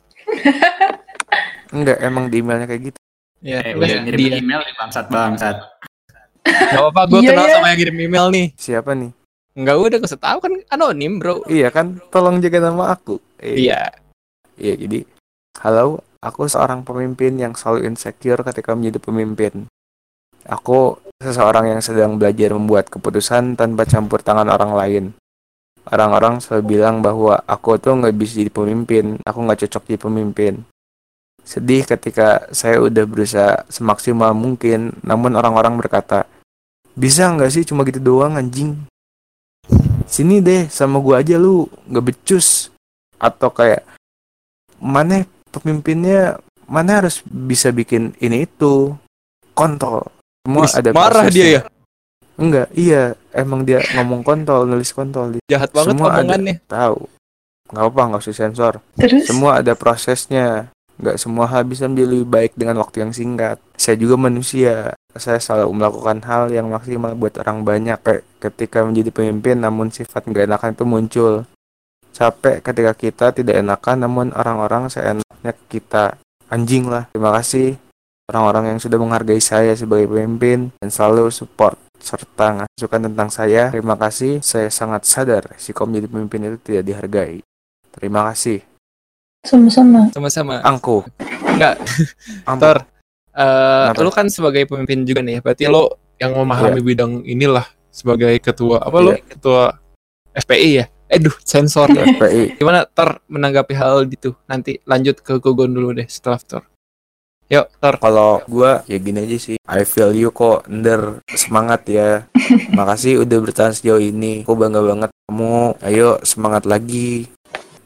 S3: Enggak, emang di emailnya kayak gitu.
S1: Ya,
S6: eh,
S1: udah
S6: udah ngirim
S1: dia.
S6: email nih bangsat bangsat
S1: Gak apa-apa, gue
S4: Iya,
S1: kenal
S4: iya.
S1: sama yang ngirim email nih.
S3: Siapa nih?
S1: Enggak udah, gak usah tahu kan anonim bro.
S3: Iya kan, tolong jaga nama aku. Eh,
S1: Iya.
S3: Iya, jadi halo, aku seorang pemimpin yang selalu insecure ketika menjadi pemimpin. Aku seseorang yang sedang belajar membuat keputusan tanpa campur tangan orang lain. Orang-orang selalu bilang bahwa aku tuh nggak bisa jadi pemimpin, aku nggak cocok jadi pemimpin. Sedih ketika saya udah berusaha semaksimal mungkin, namun orang-orang berkata, bisa nggak sih cuma gitu doang anjing? Sini deh sama gua aja lu, nggak becus. Atau kayak, mana pemimpinnya, mana harus bisa bikin ini itu, kontol. Semua
S1: Wis,
S3: ada
S1: marah
S3: prosesnya.
S1: dia ya.
S3: Enggak, iya, emang dia ngomong kontol, nulis kontol.
S1: Jahat banget
S3: Semua ada.
S1: omongannya.
S3: Tahu, nggak apa, nggak usah sensor.
S4: Terus.
S3: Semua ada prosesnya. Nggak semua hal bisa menjadi lebih baik dengan waktu yang singkat. Saya juga manusia. Saya selalu melakukan hal yang maksimal buat orang banyak. Kayak ketika menjadi pemimpin, namun sifat nggak enakan itu muncul. Capek ketika kita tidak enakan, namun orang-orang seenaknya ke kita. Anjing lah. Terima kasih orang-orang yang sudah menghargai saya sebagai pemimpin dan selalu support serta masukan tentang saya. Terima kasih. Saya sangat sadar risiko menjadi pemimpin itu tidak dihargai. Terima kasih.
S4: Sama-sama.
S1: Sama-sama.
S3: Angku.
S1: Enggak,
S3: Angku.
S1: Tor. Eh,
S3: Kenapa?
S1: lu kan sebagai pemimpin juga nih. Berarti lo yang memahami bidang inilah sebagai ketua apa lo?
S3: Iya.
S1: Ketua F P I ya? Eh, duh, sensor.
S3: F P I.
S1: Gimana Tor menanggapi hal itu? Nanti lanjut ke Gogon dulu deh setelah Tor. Yuk, Tor.
S3: Kalau gua ya gini aja sih. I feel you kok, Nder. Semangat ya. Makasih udah bertahan sejauh ini. Aku bangga banget kamu. Ayo semangat lagi.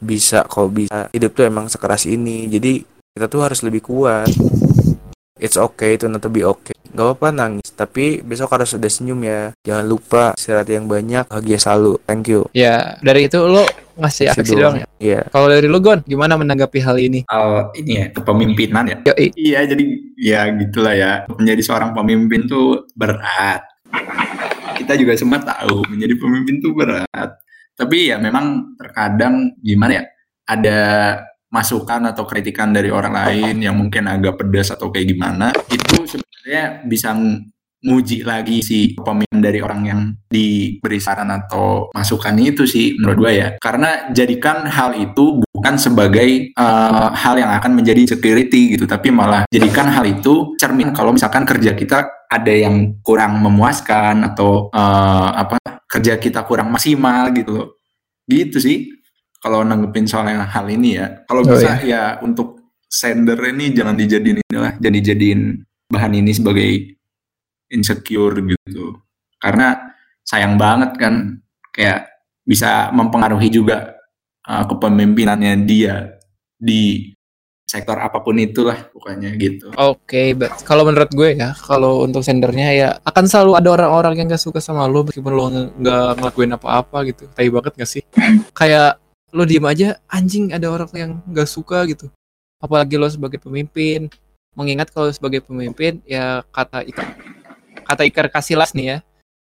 S3: bisa kok bisa hidup tuh emang sekeras ini, jadi kita tuh harus lebih kuat. It's okay to not to be okay. Gak apa-apa nangis, tapi besok harus udah senyum ya. Jangan lupa istirahat yang banyak, bahagia selalu. Thank you.
S1: Ya, dari itu lo ngasih
S3: Kasih
S1: aksi doang ya.
S3: Iya.
S1: Kalau dari lo Gon, gimana menanggapi hal ini?
S6: Hal ini ya, kepemimpinan ya.
S1: Yoi.
S6: Iya, jadi ya gitulah ya. Menjadi seorang pemimpin tuh berat. Kita juga semua tahu menjadi pemimpin tuh berat. Tapi ya memang terkadang gimana ya, ada masukan atau kritikan dari orang lain yang mungkin agak pedas atau kayak gimana, itu sebenarnya bisa nguji lagi si pemimpin dari orang yang diberi saran atau masukan itu sih menurut gue ya. Karena jadikan hal itu bukan sebagai uh, hal yang akan menjadi security gitu, tapi malah jadikan hal itu cermin kalau misalkan kerja kita ada yang kurang memuaskan atau uh, apa kerja kita kurang maksimal gitu loh. Gitu sih kalau nanggepin soal yang hal ini ya. Kalau bisa
S1: Oh,
S6: ya untuk sender ini jangan dijadiin inilah, jadi jadiin bahan ini sebagai insecure gitu. Karena sayang banget kan, kayak bisa mempengaruhi juga uh, kepemimpinannya dia di sektor apapun itulah pokoknya gitu.
S1: Oke, but kalau menurut gue ya, kalau untuk sendernya ya akan selalu ada orang-orang yang gak suka sama lo meskipun lo nge- nggak ngelakuin apa-apa gitu. Tai banget gak sih? Kayak lo diem aja, anjing ada orang yang gak suka gitu. Apalagi lo sebagai pemimpin. Mengingat kalau sebagai pemimpin ya kata Iker, kata Iker Casillas nih ya.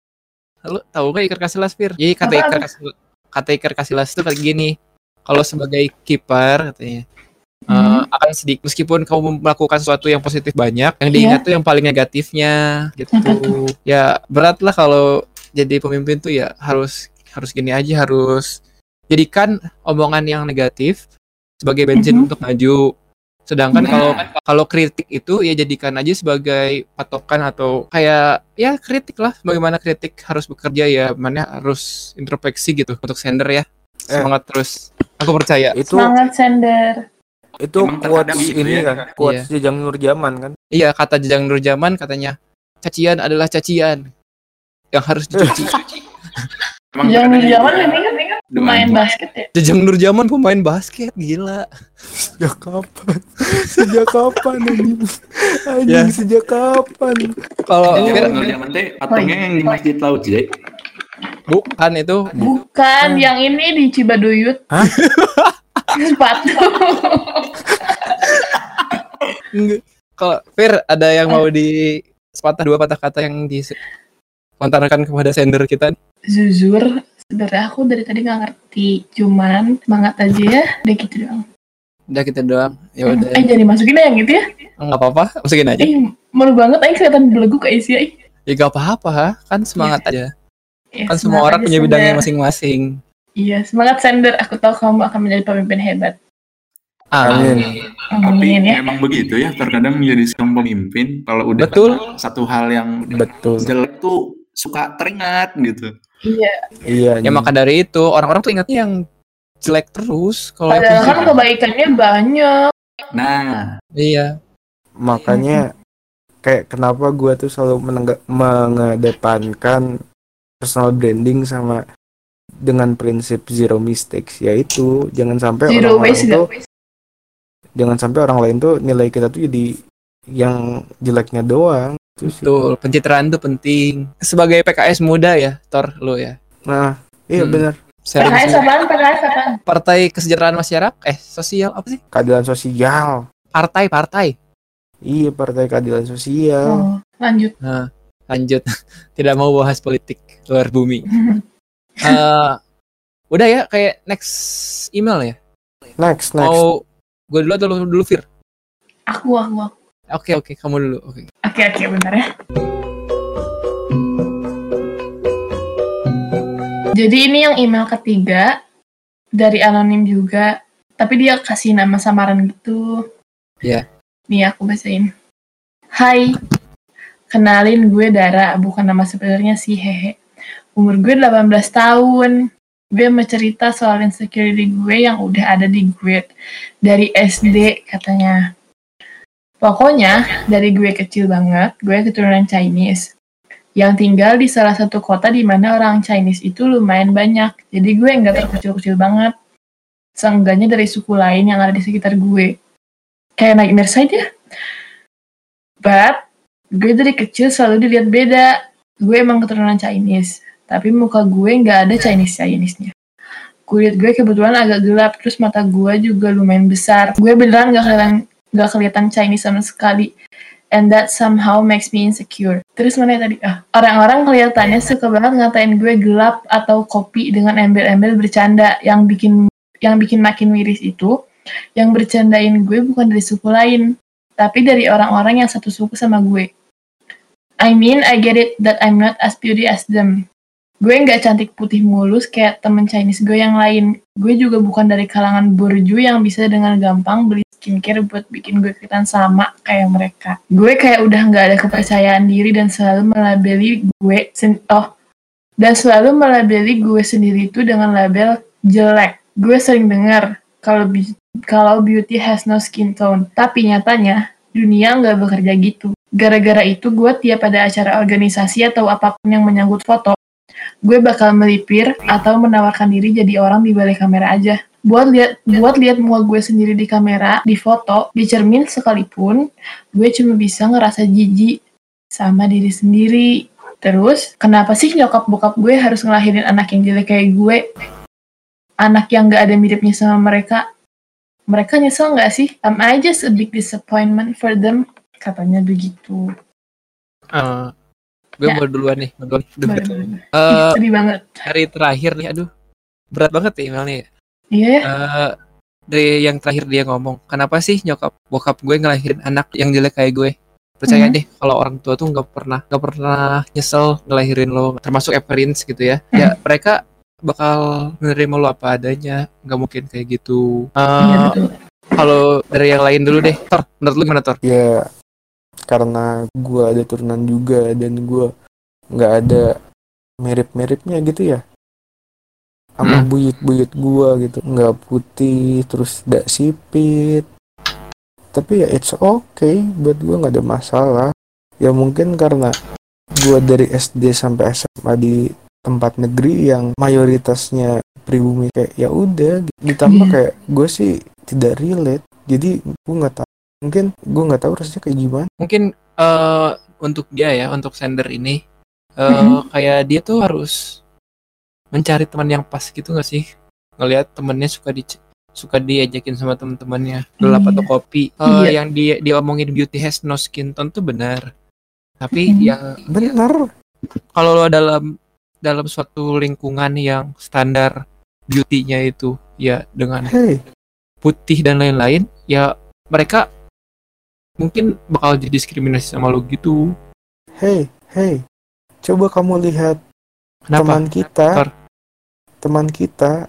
S1: Lo tahu gak Iker Casillas, Fir? Jadi kata
S4: Apaan?
S1: Iker Casillas, kata Iker Casillas itu kayak gini. Kalau sebagai kiper katanya, Uh, akan sedikit meskipun kamu melakukan sesuatu yang positif banyak, yang diingat
S4: Iya.
S1: tuh yang paling negatifnya gitu.
S4: Apa tuh?
S1: Ya berat lah kalau jadi pemimpin tuh ya harus harus gini aja, harus jadikan omongan yang negatif sebagai bensin
S4: Mhm.
S1: untuk maju. Sedangkan
S6: Nah.
S1: kalau kalau kritik itu ya jadikan aja sebagai patokan atau kayak ya kritik lah, bagaimana kritik harus bekerja ya, mana harus introspeksi gitu untuk sender ya. Semangat terus. Aku percaya.
S3: Itu
S4: Semangat sender.
S3: itu
S6: Emang terkadang
S3: quotes
S6: gitu
S3: ini
S6: ya.
S3: kan, quotes Jejang Nur Zaman kan.
S1: Iya, kata Jejang Nur Zaman katanya, cacian adalah cacian yang harus dicuci.
S6: Emang
S4: Jangan
S6: terkadang
S4: zaman
S6: gitu ya.
S4: ini kan main basket ya.
S1: Jejang Nur Zaman pemain basket, gila.
S3: Sejak kapan? Sejak kapan anjing? Anjing
S1: Ya.
S3: sejak kapan?
S1: Kalau
S6: Jadi
S1: Fir,
S6: Nur Zaman teh patungnya yang di Masjid Laut sih.
S1: bukan itu,
S4: Bukan, yang ini di Cibaduyut.
S3: Hah?
S4: Sepatu.
S1: Enggak. Kalau Fir ada yang mau di sepatah dua patah kata yang dilontarkan kepada sender kita?
S4: Jujur, sebenarnya aku dari tadi nggak ngerti. Cuman semangat aja ya, udah gitu doang.
S1: Udah kita doang. Ya udah.
S4: Eh jadi masukin aja yang gitu ya.
S1: Enggak apa-apa, masukin aja.
S4: Eh, malu banget, aja kelihatan belegu ke isi aja.
S1: Ya enggak apa-apa, ha? Kan semangat aja.
S4: Ya,
S1: Kan semua
S4: semangat
S1: orang
S4: aja,
S1: punya bidangnya
S4: sender.
S1: masing-masing.
S4: Iya, semangat sender. Aku tahu kamu akan menjadi pemimpin hebat.
S1: Amin.
S6: Tapi
S4: Amin ya.
S6: memang begitu ya, terkadang menjadi seorang pemimpin kalau udah
S1: Betul.
S6: satu hal yang
S3: Betul.
S6: jelek tuh suka teringat gitu.
S4: Iya.
S3: Iya.
S1: Ya
S3: anjing.
S1: maka dari itu orang-orang tuh ingatnya yang jelek terus. Kalau yang
S4: Padahal kan
S1: positif-
S4: kebaikannya banyak.
S6: Nah,
S1: Iya.
S3: Makanya kayak kenapa gua tuh selalu menengga- mengedepankan personal branding sama dengan prinsip zero mistakes, yaitu jangan sampai
S4: Zero
S3: orang-orang
S4: waste
S3: tuh
S4: gak?
S3: jangan sampai orang lain tuh nilai kita tuh jadi yang jeleknya doang. Itu sih.
S1: Betul, pencitraan itu penting. Sebagai P K S muda ya, Tor lo ya.
S3: Nah, iya
S1: Hmm.
S3: benar.
S4: P K S apaan? P K S apaan?
S1: Partai Kesejahteraan Masyarakat, eh sosial apa sih?
S3: Keadilan sosial.
S1: Partai, partai.
S3: Iya, Partai Keadilan Sosial.
S4: Oh, lanjut.
S1: Nah, lanjut. Tidak mau bahas politik luar bumi. Eh, udah ya, kayak next email ya.
S3: Next, next.
S1: Mau gue dulu atau lu dulu, Fir?
S4: Aku, aku, aku.
S1: Oke, oke, kamu dulu. Oke.
S4: Oke, oke, bentar ya. Jadi ini yang email ketiga dari anonim juga, tapi dia kasih nama samaran gitu.
S1: Iya.
S4: Nih aku bacain. Hai, kenalin gue Dara, bukan nama sebenarnya sih, hehe. Umur gue delapan belas tahun. Gue mau cerita soal insecurity gue yang udah ada di gue dari S D katanya. Pokoknya dari gue kecil banget, gue keturunan Chinese. Yang tinggal di salah satu kota di mana orang Chinese itu lumayan banyak. Jadi gue nggak terkecil-kecil banget. seenggaknya dari suku lain yang ada di sekitar gue. Kayak nightmare saja. But, gue dari kecil selalu dilihat beda. Gue emang keturunan Chinese, tapi muka gue nggak ada Chinese-Chinese-nya. Kulit gue kebetulan agak gelap, terus mata gue juga lumayan besar. Gue beneran nggak kelihatan nggak kelihatan Chinese sama sekali. And that somehow makes me insecure. Terus mana ya tadi? Ah, orang-orang kelihatannya suka banget ngatain gue gelap atau kopi dengan embel-embel bercanda. Yang bikin yang bikin makin miris itu, yang bercandain gue bukan dari suku lain, tapi dari orang-orang yang satu suku sama gue. I mean, I get it that I'm not as beauty as them. Gue nggak cantik putih mulus kayak temen Chinese gue yang lain. Gue juga bukan dari kalangan borju yang bisa dengan gampang beli skincare buat bikin gue kelihatan sama kayak mereka. Gue kayak udah nggak ada kepercayaan diri dan selalu melabeli gue sen- oh dan selalu melabeli gue sendiri itu dengan label jelek. Gue sering dengar kalau bi- kalau beauty has no skin tone, tapi nyatanya dunia nggak bekerja gitu. Gara-gara itu gue tiap ada acara organisasi atau apapun yang menyangkut foto, gue bakal melipir atau menawarkan diri jadi orang di balik kamera aja. Buat lihat buat lihat muka gue sendiri di kamera, di foto, di cermin sekalipun, gue cuma bisa ngerasa jijik sama diri sendiri. Terus, kenapa sih nyokap bokap gue harus ngelahirin anak yang jelek kayak gue? Anak yang gak ada miripnya sama mereka. Mereka nyesel gak sih? Am I just a big disappointment for them? Katanya begitu.
S1: Uh, gue
S4: Ya.
S1: mau duluan nih, mau duluan.
S4: Boleh, boleh.
S1: Eh,
S4: Sedih banget.
S1: hari terakhir nih, aduh, berat banget ya emailnya ya.
S4: Iya ya?
S1: Eh, dari yang terakhir dia ngomong, kenapa sih nyokap bokap gue ngelahirin anak yang jelek kayak gue? Percaya
S4: Mhm.
S1: deh, kalau orang tua tuh nggak pernah nggak pernah nyesel ngelahirin lo, termasuk appearance gitu ya. Ya mereka bakal menerima lo apa adanya, nggak mungkin kayak gitu. Eh,
S4: Iya betul.
S1: kalau dari yang lain dulu deh, Tor, menurut lu gimana Tor?
S3: Ya karena gue ada turunan juga dan gue nggak ada mirip-miripnya gitu ya sama
S1: Hmm.
S3: buyut-buyut gue gitu, nggak putih terus nggak sipit, tapi ya it's okay buat gue, nggak ada masalah. Ya mungkin karena gue dari S D sampai S M A di tempat negeri yang mayoritasnya pribumi, kayak ya udah, ditambah
S4: Iya.
S3: kayak gue sih tidak relate, jadi gue nggak tahu, mungkin gue nggak tahu rasanya kayak gimana.
S1: Mungkin eh, untuk dia ya, untuk sender ini, eh,
S4: Mhm.
S1: kayak dia tuh harus mencari teman yang pas gitu nggak sih? Ngelihat temennya suka di suka diajakin sama teman-temannya gelap
S4: Iya.
S1: atau kopi. Eh,
S4: Iya.
S1: Yang dia dia omongin beauty has no skin tone tuh benar. Tapi
S4: Mhm.
S1: yang
S3: Bener.
S1: kalau lo dalam dalam suatu lingkungan yang standar beauty-nya itu ya dengan
S3: Hey,
S1: putih dan lain-lain, ya mereka mungkin bakal didiskriminasi sama lo gitu.
S3: hey, hey, coba kamu lihat
S1: Kenapa?
S3: teman kita,
S1: Tor?
S3: teman kita,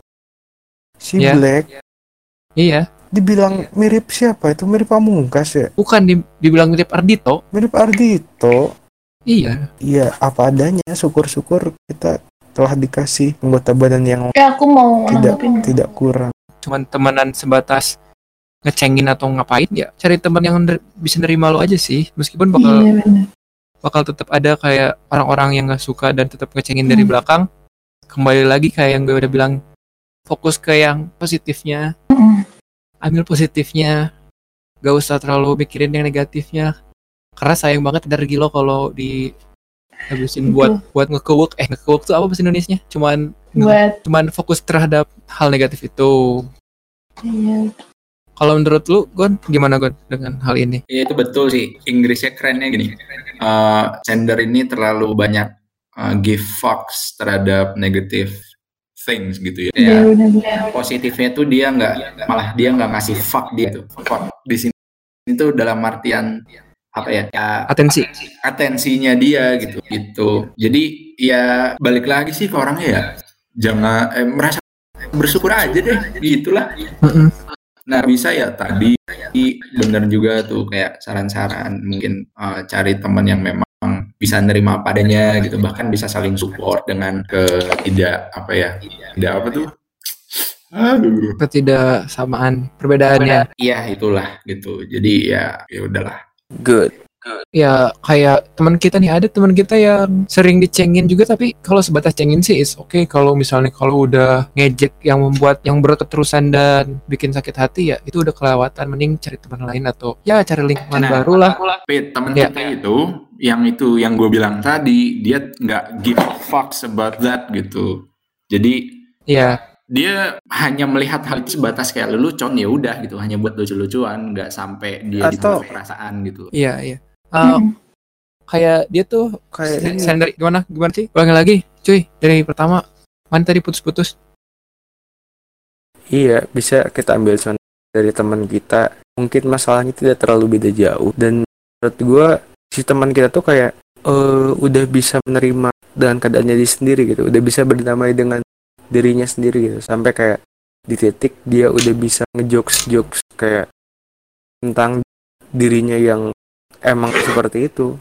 S3: si
S1: Ya.
S3: Black,
S1: Iya,
S3: dibilang mirip siapa? Itu mirip Pamungkas ya?
S1: bukan di- dibilang mirip Ardito.
S3: Mirip Ardito.
S1: Iya,
S3: Iya, apa adanya. Syukur-syukur kita telah dikasih anggota badan yang
S4: Eh aku mau
S3: tidak
S4: nanggepin.
S3: tidak kurang.
S1: cuman temenan sebatas ngecengin atau ngapain ya. Cari teman yang ner- bisa nerima lo aja sih. Meskipun bakal
S4: Iya benar.
S1: bakal tetap ada kayak orang-orang yang nggak suka dan tetap ngecengin dari
S4: Hmm.
S1: belakang. Kembali lagi kayak yang gue udah bilang, fokus ke yang positifnya,
S4: Mhm.
S1: ambil positifnya, gak usah terlalu mikirin yang negatifnya. Karena sayang banget energi lo kalau di habisin buat buat ngekewek eh ngekewek tuh apa bahasa Indonesianya? Cuman
S4: Buat
S1: cuman fokus terhadap hal negatif itu.
S4: iya.
S1: Kalau menurut lu, Gon, gimana Gon dengan hal ini?
S6: Ya, itu betul sih. Inggrisnya kerennya gini. Eh, sender ini terlalu banyak eh, give fucks terhadap negative things gitu ya.
S4: Iya
S6: Ya,
S4: benar-benar.
S6: positifnya tuh dia nggak, malah dia nggak ngasih fuck dia tuh. Fuck di sini itu dalam artian apa ya? Ya,
S1: Atensi.
S6: atensinya dia gitu gitu. Jadi ya balik lagi sih ke orangnya ya. Jangan eh, merasa bersyukur aja deh, gitulah. Nah bisa ya tadi bener juga tuh kayak saran-saran mungkin eh, cari teman yang memang bisa nerima apa adanya gitu, bahkan bisa saling support dengan ketidak apa ya tidak apa tuh aduh
S1: Ketidaksamaan perbedaannya.
S6: iya itulah gitu. Jadi ya ya udahlah.
S3: Good.
S1: Ya kayak teman kita nih, ada teman kita yang sering dicengin juga, tapi kalau sebatas cengin sih is oke. Kalau misalnya kalau udah ngejek yang membuat yang berketerusan dan bikin sakit hati, ya itu udah kelewatan. Mending cari teman lain atau ya cari lingkungan
S6: Nah,
S1: baru lah.
S6: Pit, temen
S1: Ya.
S6: kita itu, yang itu yang gue bilang tadi, dia nggak give a fucks about that gitu. Jadi
S1: Ya,
S6: dia hanya melihat hal itu sebatas kayak lelucon, ya udah gitu, hanya buat lucu-lucuan, nggak sampai dia
S3: Atau-
S6: dibawa perasaan gitu.
S1: iya, iya. Uh,
S4: Hmm.
S1: kayak dia tuh
S3: Kayak
S1: sen-
S3: ini.
S1: sender gimana gimana sih? Ulangi lagi, cuy. Dari pertama, mana tadi putus-putus?
S3: Iya, bisa kita ambil contoh dari teman kita. Mungkin masalahnya tidak terlalu beda jauh, dan menurut gue si teman kita tuh kayak eh, udah bisa menerima dengan keadaannya dia sendiri gitu, udah bisa berdamai dengan dirinya sendiri gitu, sampai kayak di titik dia udah bisa ngejokes-jokes kayak tentang dirinya yang emang seperti itu.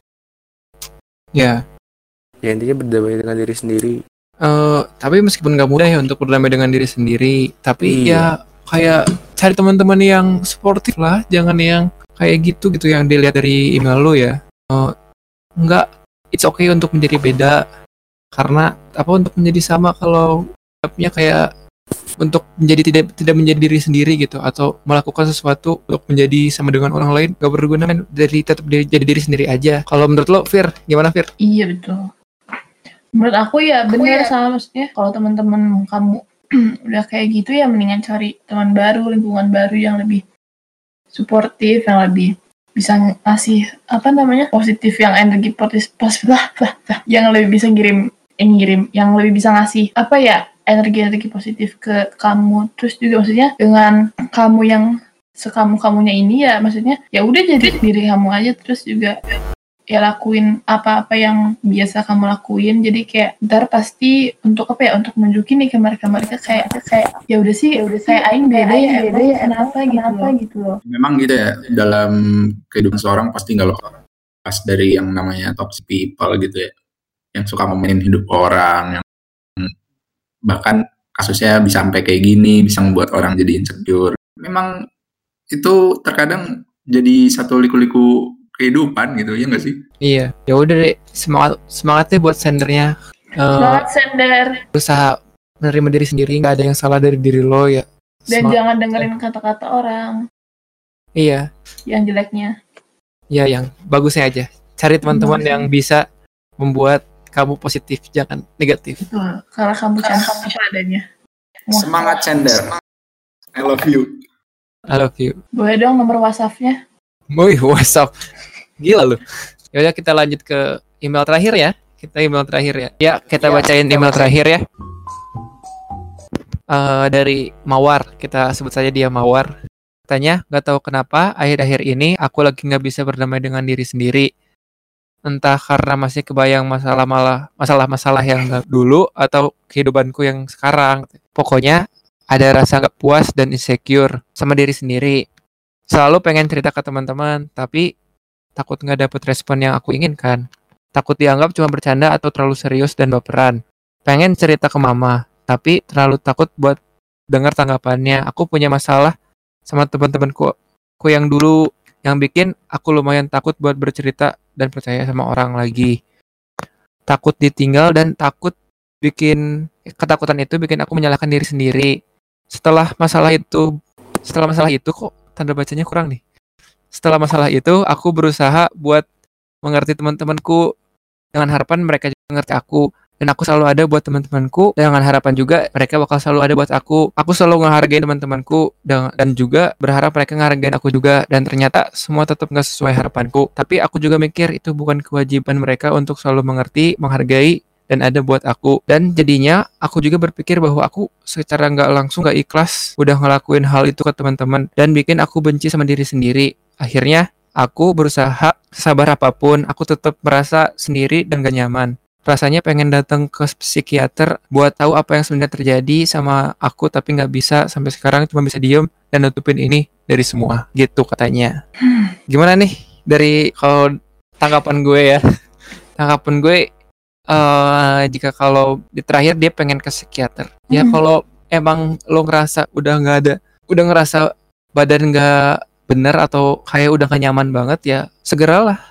S1: Ya.
S3: Ya intinya berdamai dengan diri sendiri.
S1: Eh, tapi meskipun nggak mudah ya untuk berdamai dengan diri sendiri, tapi
S3: Iya.
S1: ya kayak cari teman-teman yang sportif lah, jangan yang kayak gitu gitu yang dilihat dari email lo ya. Eh, nggak, it's okay untuk menjadi beda, karena apa untuk menjadi sama kalau nya kayak untuk menjadi tidak tidak menjadi diri sendiri gitu, atau melakukan sesuatu untuk menjadi sama dengan orang lain gak berguna kan. Dari tetap diri- jadi diri sendiri aja. Kalau menurut lo, Fir, gimana Fir?
S4: Iya betul. Menurut aku ya benar sama, maksudnya kalau teman-teman kamu udah kayak gitu ya mendingan cari teman baru, lingkungan baru yang lebih suportif, yang lebih bisa ngasih apa namanya positif, yang energi positif, lah, lah, lah, yang lebih bisa ngirim, eh, ngirim, yang lebih bisa ngasih apa ya energi-energi positif ke kamu. Terus juga maksudnya dengan kamu yang sekamu-kamunya ini ya, maksudnya ya udah jadi diri kamu aja, terus juga ya lakuin apa-apa yang biasa kamu lakuin. Jadi kayak ntar pasti untuk apa ya, untuk nunjukin nih ke mereka mereka kayak kayak ya udah sih, ya udah kayak aing beda ya, beda ya, kenapa gitu gitu loh.
S6: Memang gitu ya, dalam kehidupan seorang pasti nggak lepas dari yang namanya toxic people gitu ya, yang suka ngomongin hidup orang, yang bahkan kasusnya bisa sampai kayak gini, bisa membuat orang jadi insecure. Memang itu terkadang jadi satu liku-liku kehidupan gitu, ya nggak sih?
S1: Iya, ya udah deh, semangat semangatnya buat sendernya. Eh,
S4: Semangat sender,
S1: berusaha menerima diri sendiri, nggak ada yang salah dari diri lo ya.
S4: dan
S1: Semangat.
S4: jangan dengerin kata-kata orang
S1: Iya,
S4: yang jeleknya.
S1: ya yang bagusnya aja. Cari teman-teman yang bisa membuat kamu positif, jangan negatif.
S4: Betul, karena kamu cantik apa adanya. Wah.
S6: Semangat Cender, I love you.
S1: I love you.
S4: Boleh dong nomor WhatsApp-nya?
S1: Wih, WhatsApp. Gila lu. Yaudah kita lanjut ke email terakhir ya. Kita email terakhir ya. Ya, kita bacain email terakhir ya. Eh, dari Mawar, kita sebut saja dia Mawar. Katanya, nggak tahu kenapa akhir-akhir ini aku lagi nggak bisa berdamai dengan diri sendiri. Entah karena masih kebayang masalah malah masalah-masalah yang dulu atau kehidupanku yang sekarang. Pokoknya ada rasa nggak puas dan insecure sama diri sendiri. Selalu pengen cerita ke teman-teman, tapi takut nggak dapet respon yang aku inginkan. Takut dianggap cuma bercanda atau terlalu serius dan baperan. Pengen cerita ke mama, tapi terlalu takut buat dengar tanggapannya. Aku punya masalah sama teman-temanku ku yang dulu, yang bikin aku lumayan takut buat bercerita dan percaya sama orang lagi. Takut ditinggal dan takut bikin ketakutan itu bikin aku menyalahkan diri sendiri. Setelah masalah itu, setelah masalah itu kok tanda bacanya kurang nih. Setelah masalah itu, aku berusaha buat mengerti teman-temanku dengan harapan mereka juga mengerti aku. Dan aku selalu ada buat teman-temanku dengan harapan juga mereka bakal selalu ada buat aku. Aku selalu ngehargain teman-temanku dan, dan juga berharap mereka ngehargain aku juga. Dan ternyata semua tetap nggak sesuai harapanku. Tapi aku juga mikir itu bukan kewajiban mereka untuk selalu mengerti, menghargai, dan ada buat aku. Dan jadinya aku juga berpikir bahwa aku secara nggak langsung nggak ikhlas udah ngelakuin hal itu ke teman-teman dan bikin aku benci sama diri sendiri. Akhirnya aku berusaha sabar apapun, aku tetap merasa sendiri dan gak nyaman. Rasanya pengen datang ke psikiater buat tahu apa yang sebenarnya terjadi sama aku, tapi nggak bisa. Sampai sekarang cuma bisa diem dan nutupin ini dari semua, gitu katanya. Gimana nih dari kalau tanggapan gue ya? Tanggapan gue, uh, jika kalau di terakhir dia pengen ke psikiater. Ya
S4: Hmm.
S1: kalau emang lo ngerasa udah nggak ada, udah ngerasa badan nggak bener atau kayak udah gak nyaman banget, ya segeralah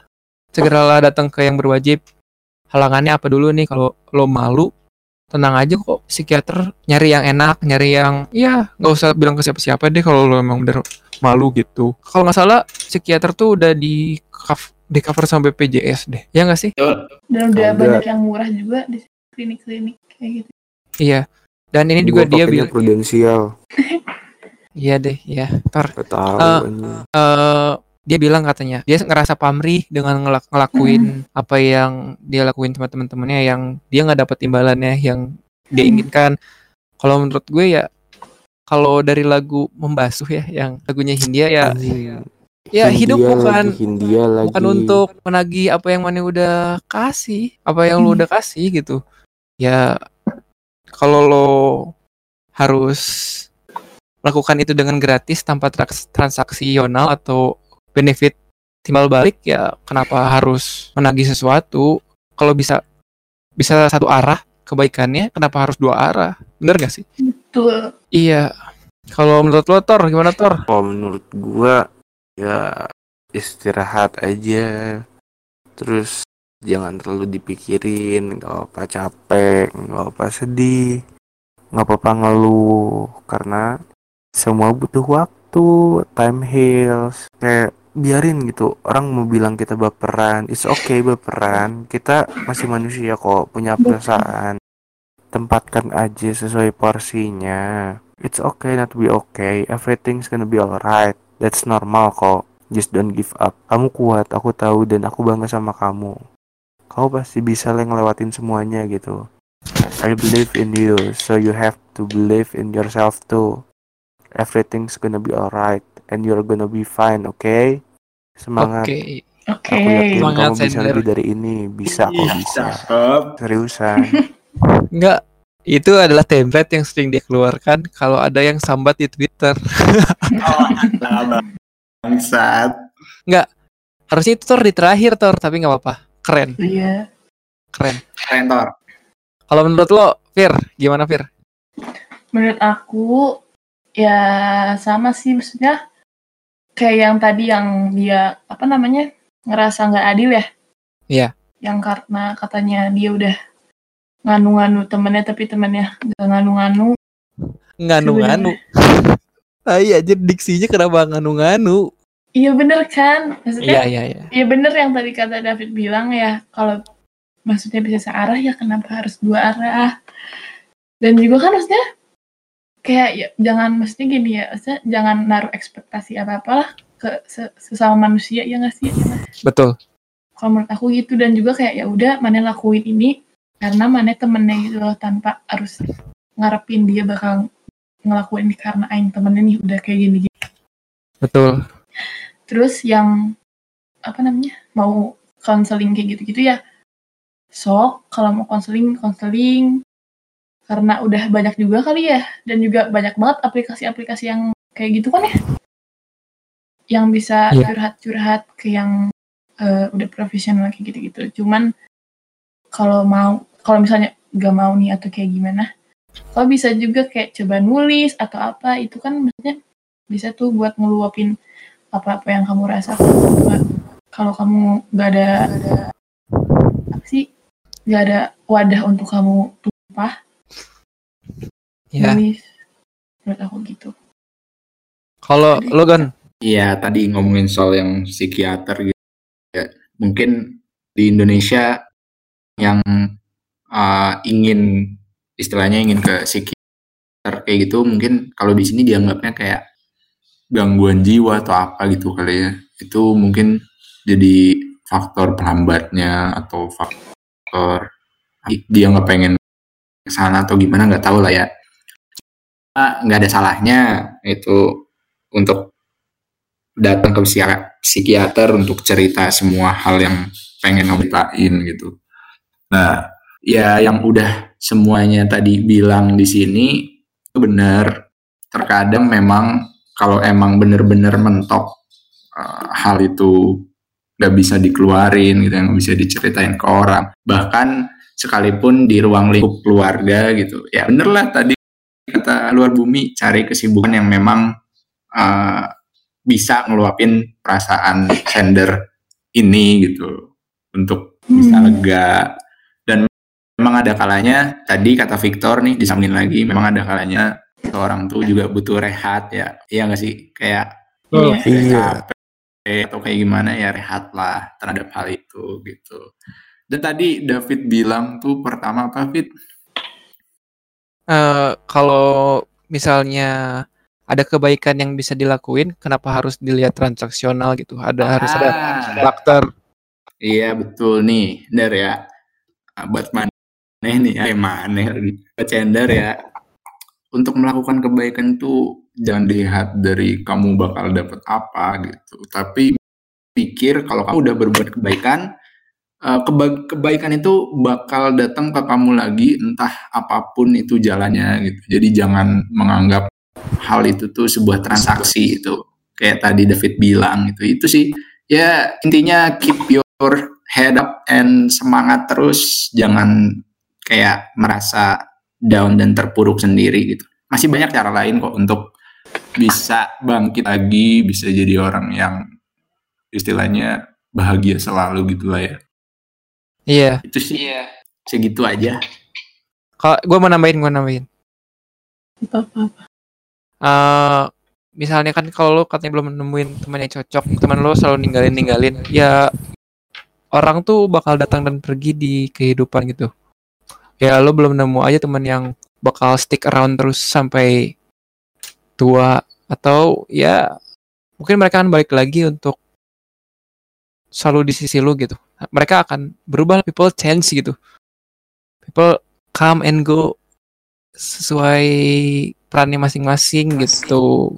S1: segeralah datang ke yang berwajib. Halangannya apa dulu nih? Kalau lo malu, tenang aja kok, psikiater nyari yang enak, nyari yang ya nggak usah bilang ke siapa-siapa deh kalau lo emang bener malu gitu. Kalau nggak salah psikiater tuh udah di cover, di cover sampai B P J S deh, ya nggak sih?
S4: Dan udah
S3: Ada.
S4: banyak yang murah juga di klinik-klinik kayak gitu.
S1: Iya. Dan ini juga
S3: Gua
S1: dia
S3: pakainya
S1: bilang,
S3: prudensial.
S1: iya deh, ya. Tor,
S3: Gak tahu
S1: Eh,
S3: anjing.
S1: eh dia bilang katanya dia ngerasa pamrih dengan ngelak- ngelakuin apa yang dia lakuin sama teman-temannya yang dia nggak dapat imbalannya yang dia
S4: Hmm.
S1: inginkan. Kalau menurut gue ya, kalau dari lagu Membasuh ya, yang lagunya Hindia ya,
S3: Anjing.
S1: ya hidup
S3: Hindia
S1: bukan
S3: lagi, Hindia lagi.
S1: bukan untuk menagih apa yang mana udah kasih, apa yang lu udah kasih gitu. Ya kalau lo harus melakukan itu dengan gratis tanpa traks- transaksional atau benefit timbal balik, ya kenapa harus menagih sesuatu? Kalau bisa bisa satu arah kebaikannya, kenapa harus dua arah? Bener gak sih?
S4: Betul.
S1: Iya. Kalau menurut lo, Tor, gimana Tor?
S3: Oh, menurut gua ya istirahat aja. Terus jangan terlalu dipikirin, nggak apa capek, nggak apa sedih, nggak apa-apa ngeluh, karena semua butuh waktu. Time heals. Kayak biarin gitu, orang mau bilang kita baperan, it's okay baperan, kita masih manusia kok, punya perasaan. Tempatkan aja sesuai porsinya. It's okay not to be okay, everything's gonna be alright, that's normal kok. Just don't give up. Kamu kuat, aku tahu, dan aku bangga sama kamu. Kamu pasti bisa lah ngelewatin semuanya gitu. I believe in you, so you have to believe in yourself too. Everything's gonna be alright, and you're gonna be fine, okay? Semangat.
S1: Oke.
S4: Oke.
S3: Aku yakin
S1: Semangat,
S3: kamu bisa
S1: Sender.
S3: lebih dari ini. Bisa kok, bisa.
S6: Cakep.
S3: Seriusan.
S1: Enggak, itu adalah template yang sering dikeluarkan kalau ada yang sambat di Twitter.
S6: Lama bangsat.
S1: Harusnya itu Tor di terakhir Tor, tapi nggak apa-apa. Keren,
S4: Iya.
S1: keren.
S6: Rentor.
S1: Kalau menurut lo, Fir, gimana Fir?
S4: Menurut aku ya sama sih, maksudnya kayak yang tadi yang dia apa namanya ngerasa nggak adil ya.
S1: Iya.
S4: Yang karena katanya dia udah nganu-nganu temennya tapi temennya nggak nganu-nganu.
S1: Nganu-nganu. Ay, aja diksinya kenapa nganu-nganu?
S4: Iya bener kan,
S1: Iya,
S4: maksudnya
S1: iya, iya.
S4: iya bener yang tadi kata David bilang ya, kalau maksudnya bisa searah ya kenapa harus dua arah. Dan juga kan maksudnya kayak ya, jangan maksudnya gini ya, maksudnya jangan naruh ekspektasi apa-apa lah ke se- sesama manusia, ya nggak sih?
S1: Betul.
S4: Kalau menurut aku gitu, dan juga kayak ya udah mana lakuin ini karena mana temennya gitu loh, tanpa harus ngarepin dia bakal ngelakuin ini karena aing temennya nih udah kayak gini gitu.
S1: Betul.
S4: Terus yang apa namanya mau konseling kayak gitu-gitu ya, sok kalau mau konseling konseling karena udah banyak juga kali ya, dan juga banyak banget aplikasi-aplikasi yang kayak gitu kan ya, yang bisa
S1: Iya.
S4: curhat-curhat ke yang eh, udah profesional kayak gitu-gitu. Cuman kalau mau, kalau misalnya nggak mau nih atau kayak gimana, kalau bisa juga kayak coba nulis atau apa, itu kan maksudnya bisa tuh buat ngeluapin apa-apa yang kamu rasakan. Nggak- Kalau kamu nggak ada, apa sih, nggak ada wadah untuk kamu tumpah,
S1: Ya.
S4: nulis. Menurut aku gitu.
S1: Kalau lo Gon,
S6: Iya, tadi ngomongin soal yang psikiater gitu ya. Mungkin di Indonesia yang uh, ingin istilahnya ingin ke psikiater kayak gitu, mungkin kalau di sini dianggapnya kayak gangguan jiwa atau apa gitu kali ya. Itu mungkin jadi faktor penghambatnya atau faktor dia nggak pengen ke sana atau gimana, nggak tahu lah ya. Ah, nggak ada salahnya itu untuk datang ke psikia- psikiater untuk cerita semua hal yang pengen ngomongin gitu. Nah, ya yang udah semuanya tadi bilang di sini itu benar. Terkadang memang kalau emang bener-bener mentok uh, hal itu nggak bisa dikeluarin gitu, nggak bisa diceritain ke orang. Bahkan sekalipun di ruang lingkup keluarga gitu, ya bener lah tadi kata luar bumi, cari kesibukan yang memang uh, bisa ngeluapin perasaan sender ini gitu. untuk bisa lega. Dan memang ada kalanya, tadi kata Victor nih, disambungin lagi, memang ada kalanya seorang tuh juga butuh rehat ya. Iya nggak sih? Kayak
S4: Iya.
S3: Iya.
S6: capek atau kayak gimana ya, rehat lah terhadap hal itu gitu. Dan tadi David bilang tuh pertama apa, Fit?
S1: Eh, kalau misalnya ada kebaikan yang bisa dilakuin, kenapa harus dilihat transaksional gitu? Ada harus ada
S6: Ah,
S1: faktor.
S6: iya betul nih, Dar ya. Ah, buat maneh nih, eh maneh lagi. Buat Cender ya. Untuk melakukan kebaikan tuh jangan dilihat dari kamu bakal dapat apa gitu. Tapi pikir kalau kamu udah berbuat kebaikan, eh, keba- kebaikan itu bakal datang ke kamu lagi entah apapun itu jalannya gitu. Jadi jangan menganggap hal itu tuh sebuah transaksi itu. Kayak tadi David bilang gitu. Itu sih ya intinya keep your head up and semangat terus, jangan kayak merasa down dan terpuruk sendiri gitu. Masih banyak cara lain kok untuk bisa bangkit lagi, bisa jadi orang yang istilahnya bahagia selalu gitu lah ya.
S1: Iya.
S6: Itu sih ya segitu aja.
S1: Kalau gue mau nambahin, gue nambahin.
S4: Apa-apa.
S1: Eh, misalnya kan kalau lo katanya belum nemuin teman yang cocok, teman lo selalu ninggalin ninggalin, ya orang tuh bakal datang dan pergi di kehidupan gitu. Ya lo belum nemu aja teman yang bakal stick around terus sampai tua, atau ya mungkin mereka akan balik lagi untuk selalu di sisi lo gitu. Mereka akan berubah, people change gitu. People come and go sesuai perannya masing-masing gitu.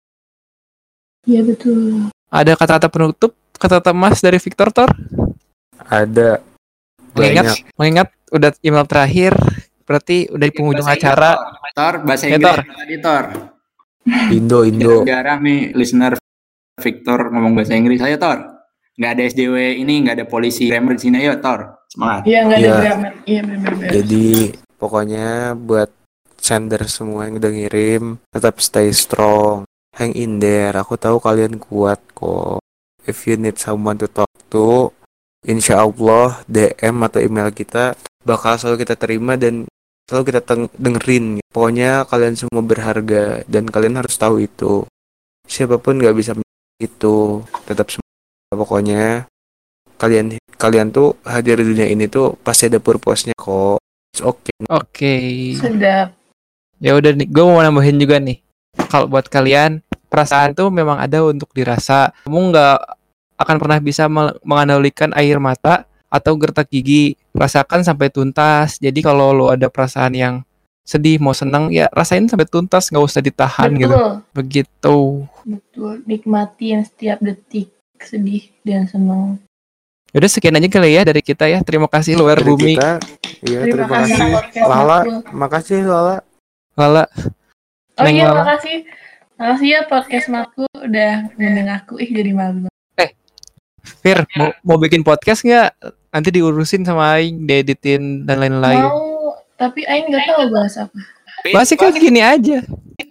S4: Iya betul.
S1: Ada kata-kata penutup, kata-kata emas dari Victor Tor?
S3: Ada
S1: Mengingat,
S3: banyak.
S1: mengingat udah email terakhir, berarti udah di penghujung acara.
S6: Tor, bahasa
S1: Ya,
S6: Inggris
S1: Tor.
S6: tadi Tor.
S3: Indo Indo.
S6: Jarang nih listener Victor ngomong bahasa Inggris. Ayo Tor. Nggak ada S J W ini, nggak ada polisi grammar di sini. Ayo Tor, semangat.
S4: Iya nggak ada
S3: Iya.
S4: grammar. Iya benar-benar.
S3: Jadi pokoknya buat sender semua yang udah ngirim, tetap stay strong, hang in there. Aku tahu kalian kuat kok. If you need someone to talk to, insya Allah D M atau email kita bakal selalu kita terima dan selalu kita teng- dengerin. Pokoknya kalian semua berharga dan kalian harus tahu itu. Siapapun nggak bisa itu, tetap semua. Pokoknya kalian kalian tuh hadir di dunia ini tuh pasti ada purpose-nya kok. It's okay.
S1: Oke.
S4: Sedap.
S1: Ya udah nih, gue mau nambahin juga nih. Kalau buat kalian, perasaan tuh memang ada untuk dirasa. Kamu nggak akan pernah bisa mel- mengendalikan air mata atau gertak gigi. Rasakan sampai tuntas. Jadi kalau lo ada perasaan yang sedih, mau senang, ya rasain sampai tuntas, nggak usah ditahan gitu.
S4: Betul.
S1: Begitu.
S4: Betul. Nikmatin setiap detik sedih dan senang.
S1: Udah sekian aja kali ya dari kita ya. Terima kasih luar
S3: Dari
S1: bumi.
S3: kita, iya terima, kasih.
S4: podcast
S3: Lala,
S4: Makul.
S3: makasih Lala.
S1: Lala.
S4: Oh
S1: Neng
S4: iya
S1: Lala.
S4: makasih. Makasih ya podcast Makul udah ngundang aku. Ih jadi malu.
S1: Fir, mau, mau bikin podcast nggak? Nanti diurusin sama Aing, dieditin dan lain-lain.
S4: Mau, tapi Aing nggak tahu bahas apa.
S1: Masih kayak gini aja.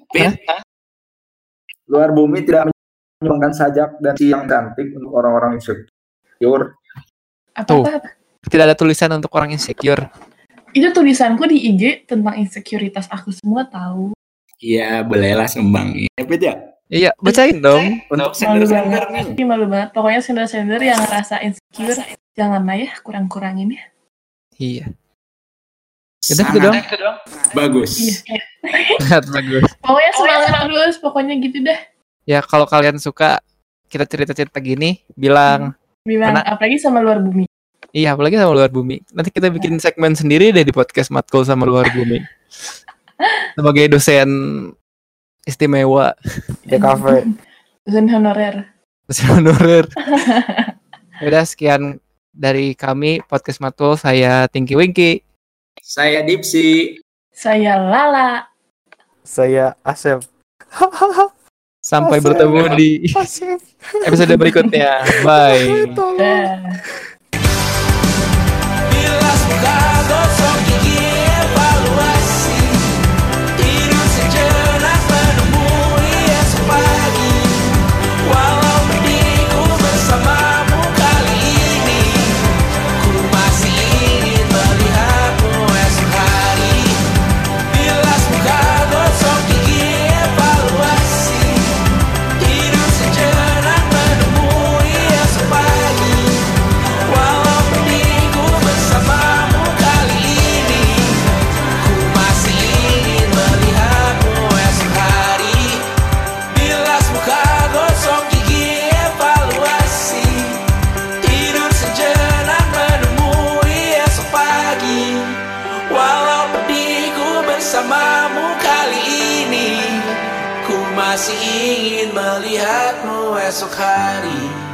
S6: Luar bumi tidak menyumbangkan sajak dan siang cantik untuk orang-orang insecure.
S1: Tuh.
S4: Apa apa?
S1: Tidak ada tulisan untuk orang insecure.
S4: Itu tulisanku di I G tentang insekuritas aku semua tahu.
S6: Iya, bolehlah sumbang. Ya, Bet ya.
S1: Iya, bacain dong.
S6: Untuk
S4: Malu
S6: sender-sender
S4: banget.
S6: nih.
S4: Ih, malu banget. Pokoknya sender-sender yang ngerasa insecure, janganlah ya kurang-kurangin ya.
S1: Iya. Udah gitu dong.
S6: Bagus.
S4: Iya.
S1: Sangat bagus.
S4: Pokoknya semangat terus. Pokoknya gitu dah.
S1: Ya kalau kalian suka kita cerita-cerita gini, bilang.
S4: Bilang
S1: Karena-
S4: apalagi sama luar bumi.
S1: Iya, apalagi sama luar bumi. Nanti kita bikin segmen sendiri deh di podcast Matkul sama luar bumi. Sebagai dosen istimewa,
S3: D K V.
S4: Dosen honorer.
S1: dosen honorer. Udah sekian dari kami podcast Matkul. Saya Tinky Winky.
S6: Saya Dipsi.
S4: Saya Lala.
S3: Saya Asep.
S1: Sampai
S3: Asep.
S1: bertemu di
S3: Asep.
S1: episode berikutnya. Bye.
S4: Dah.
S7: Bila sudah gosok gigi evaluasi, tidur sejenak menemui esok pagi. Walau berdiriku bersamamu kali ini, masih ingin melihatmu esok hari.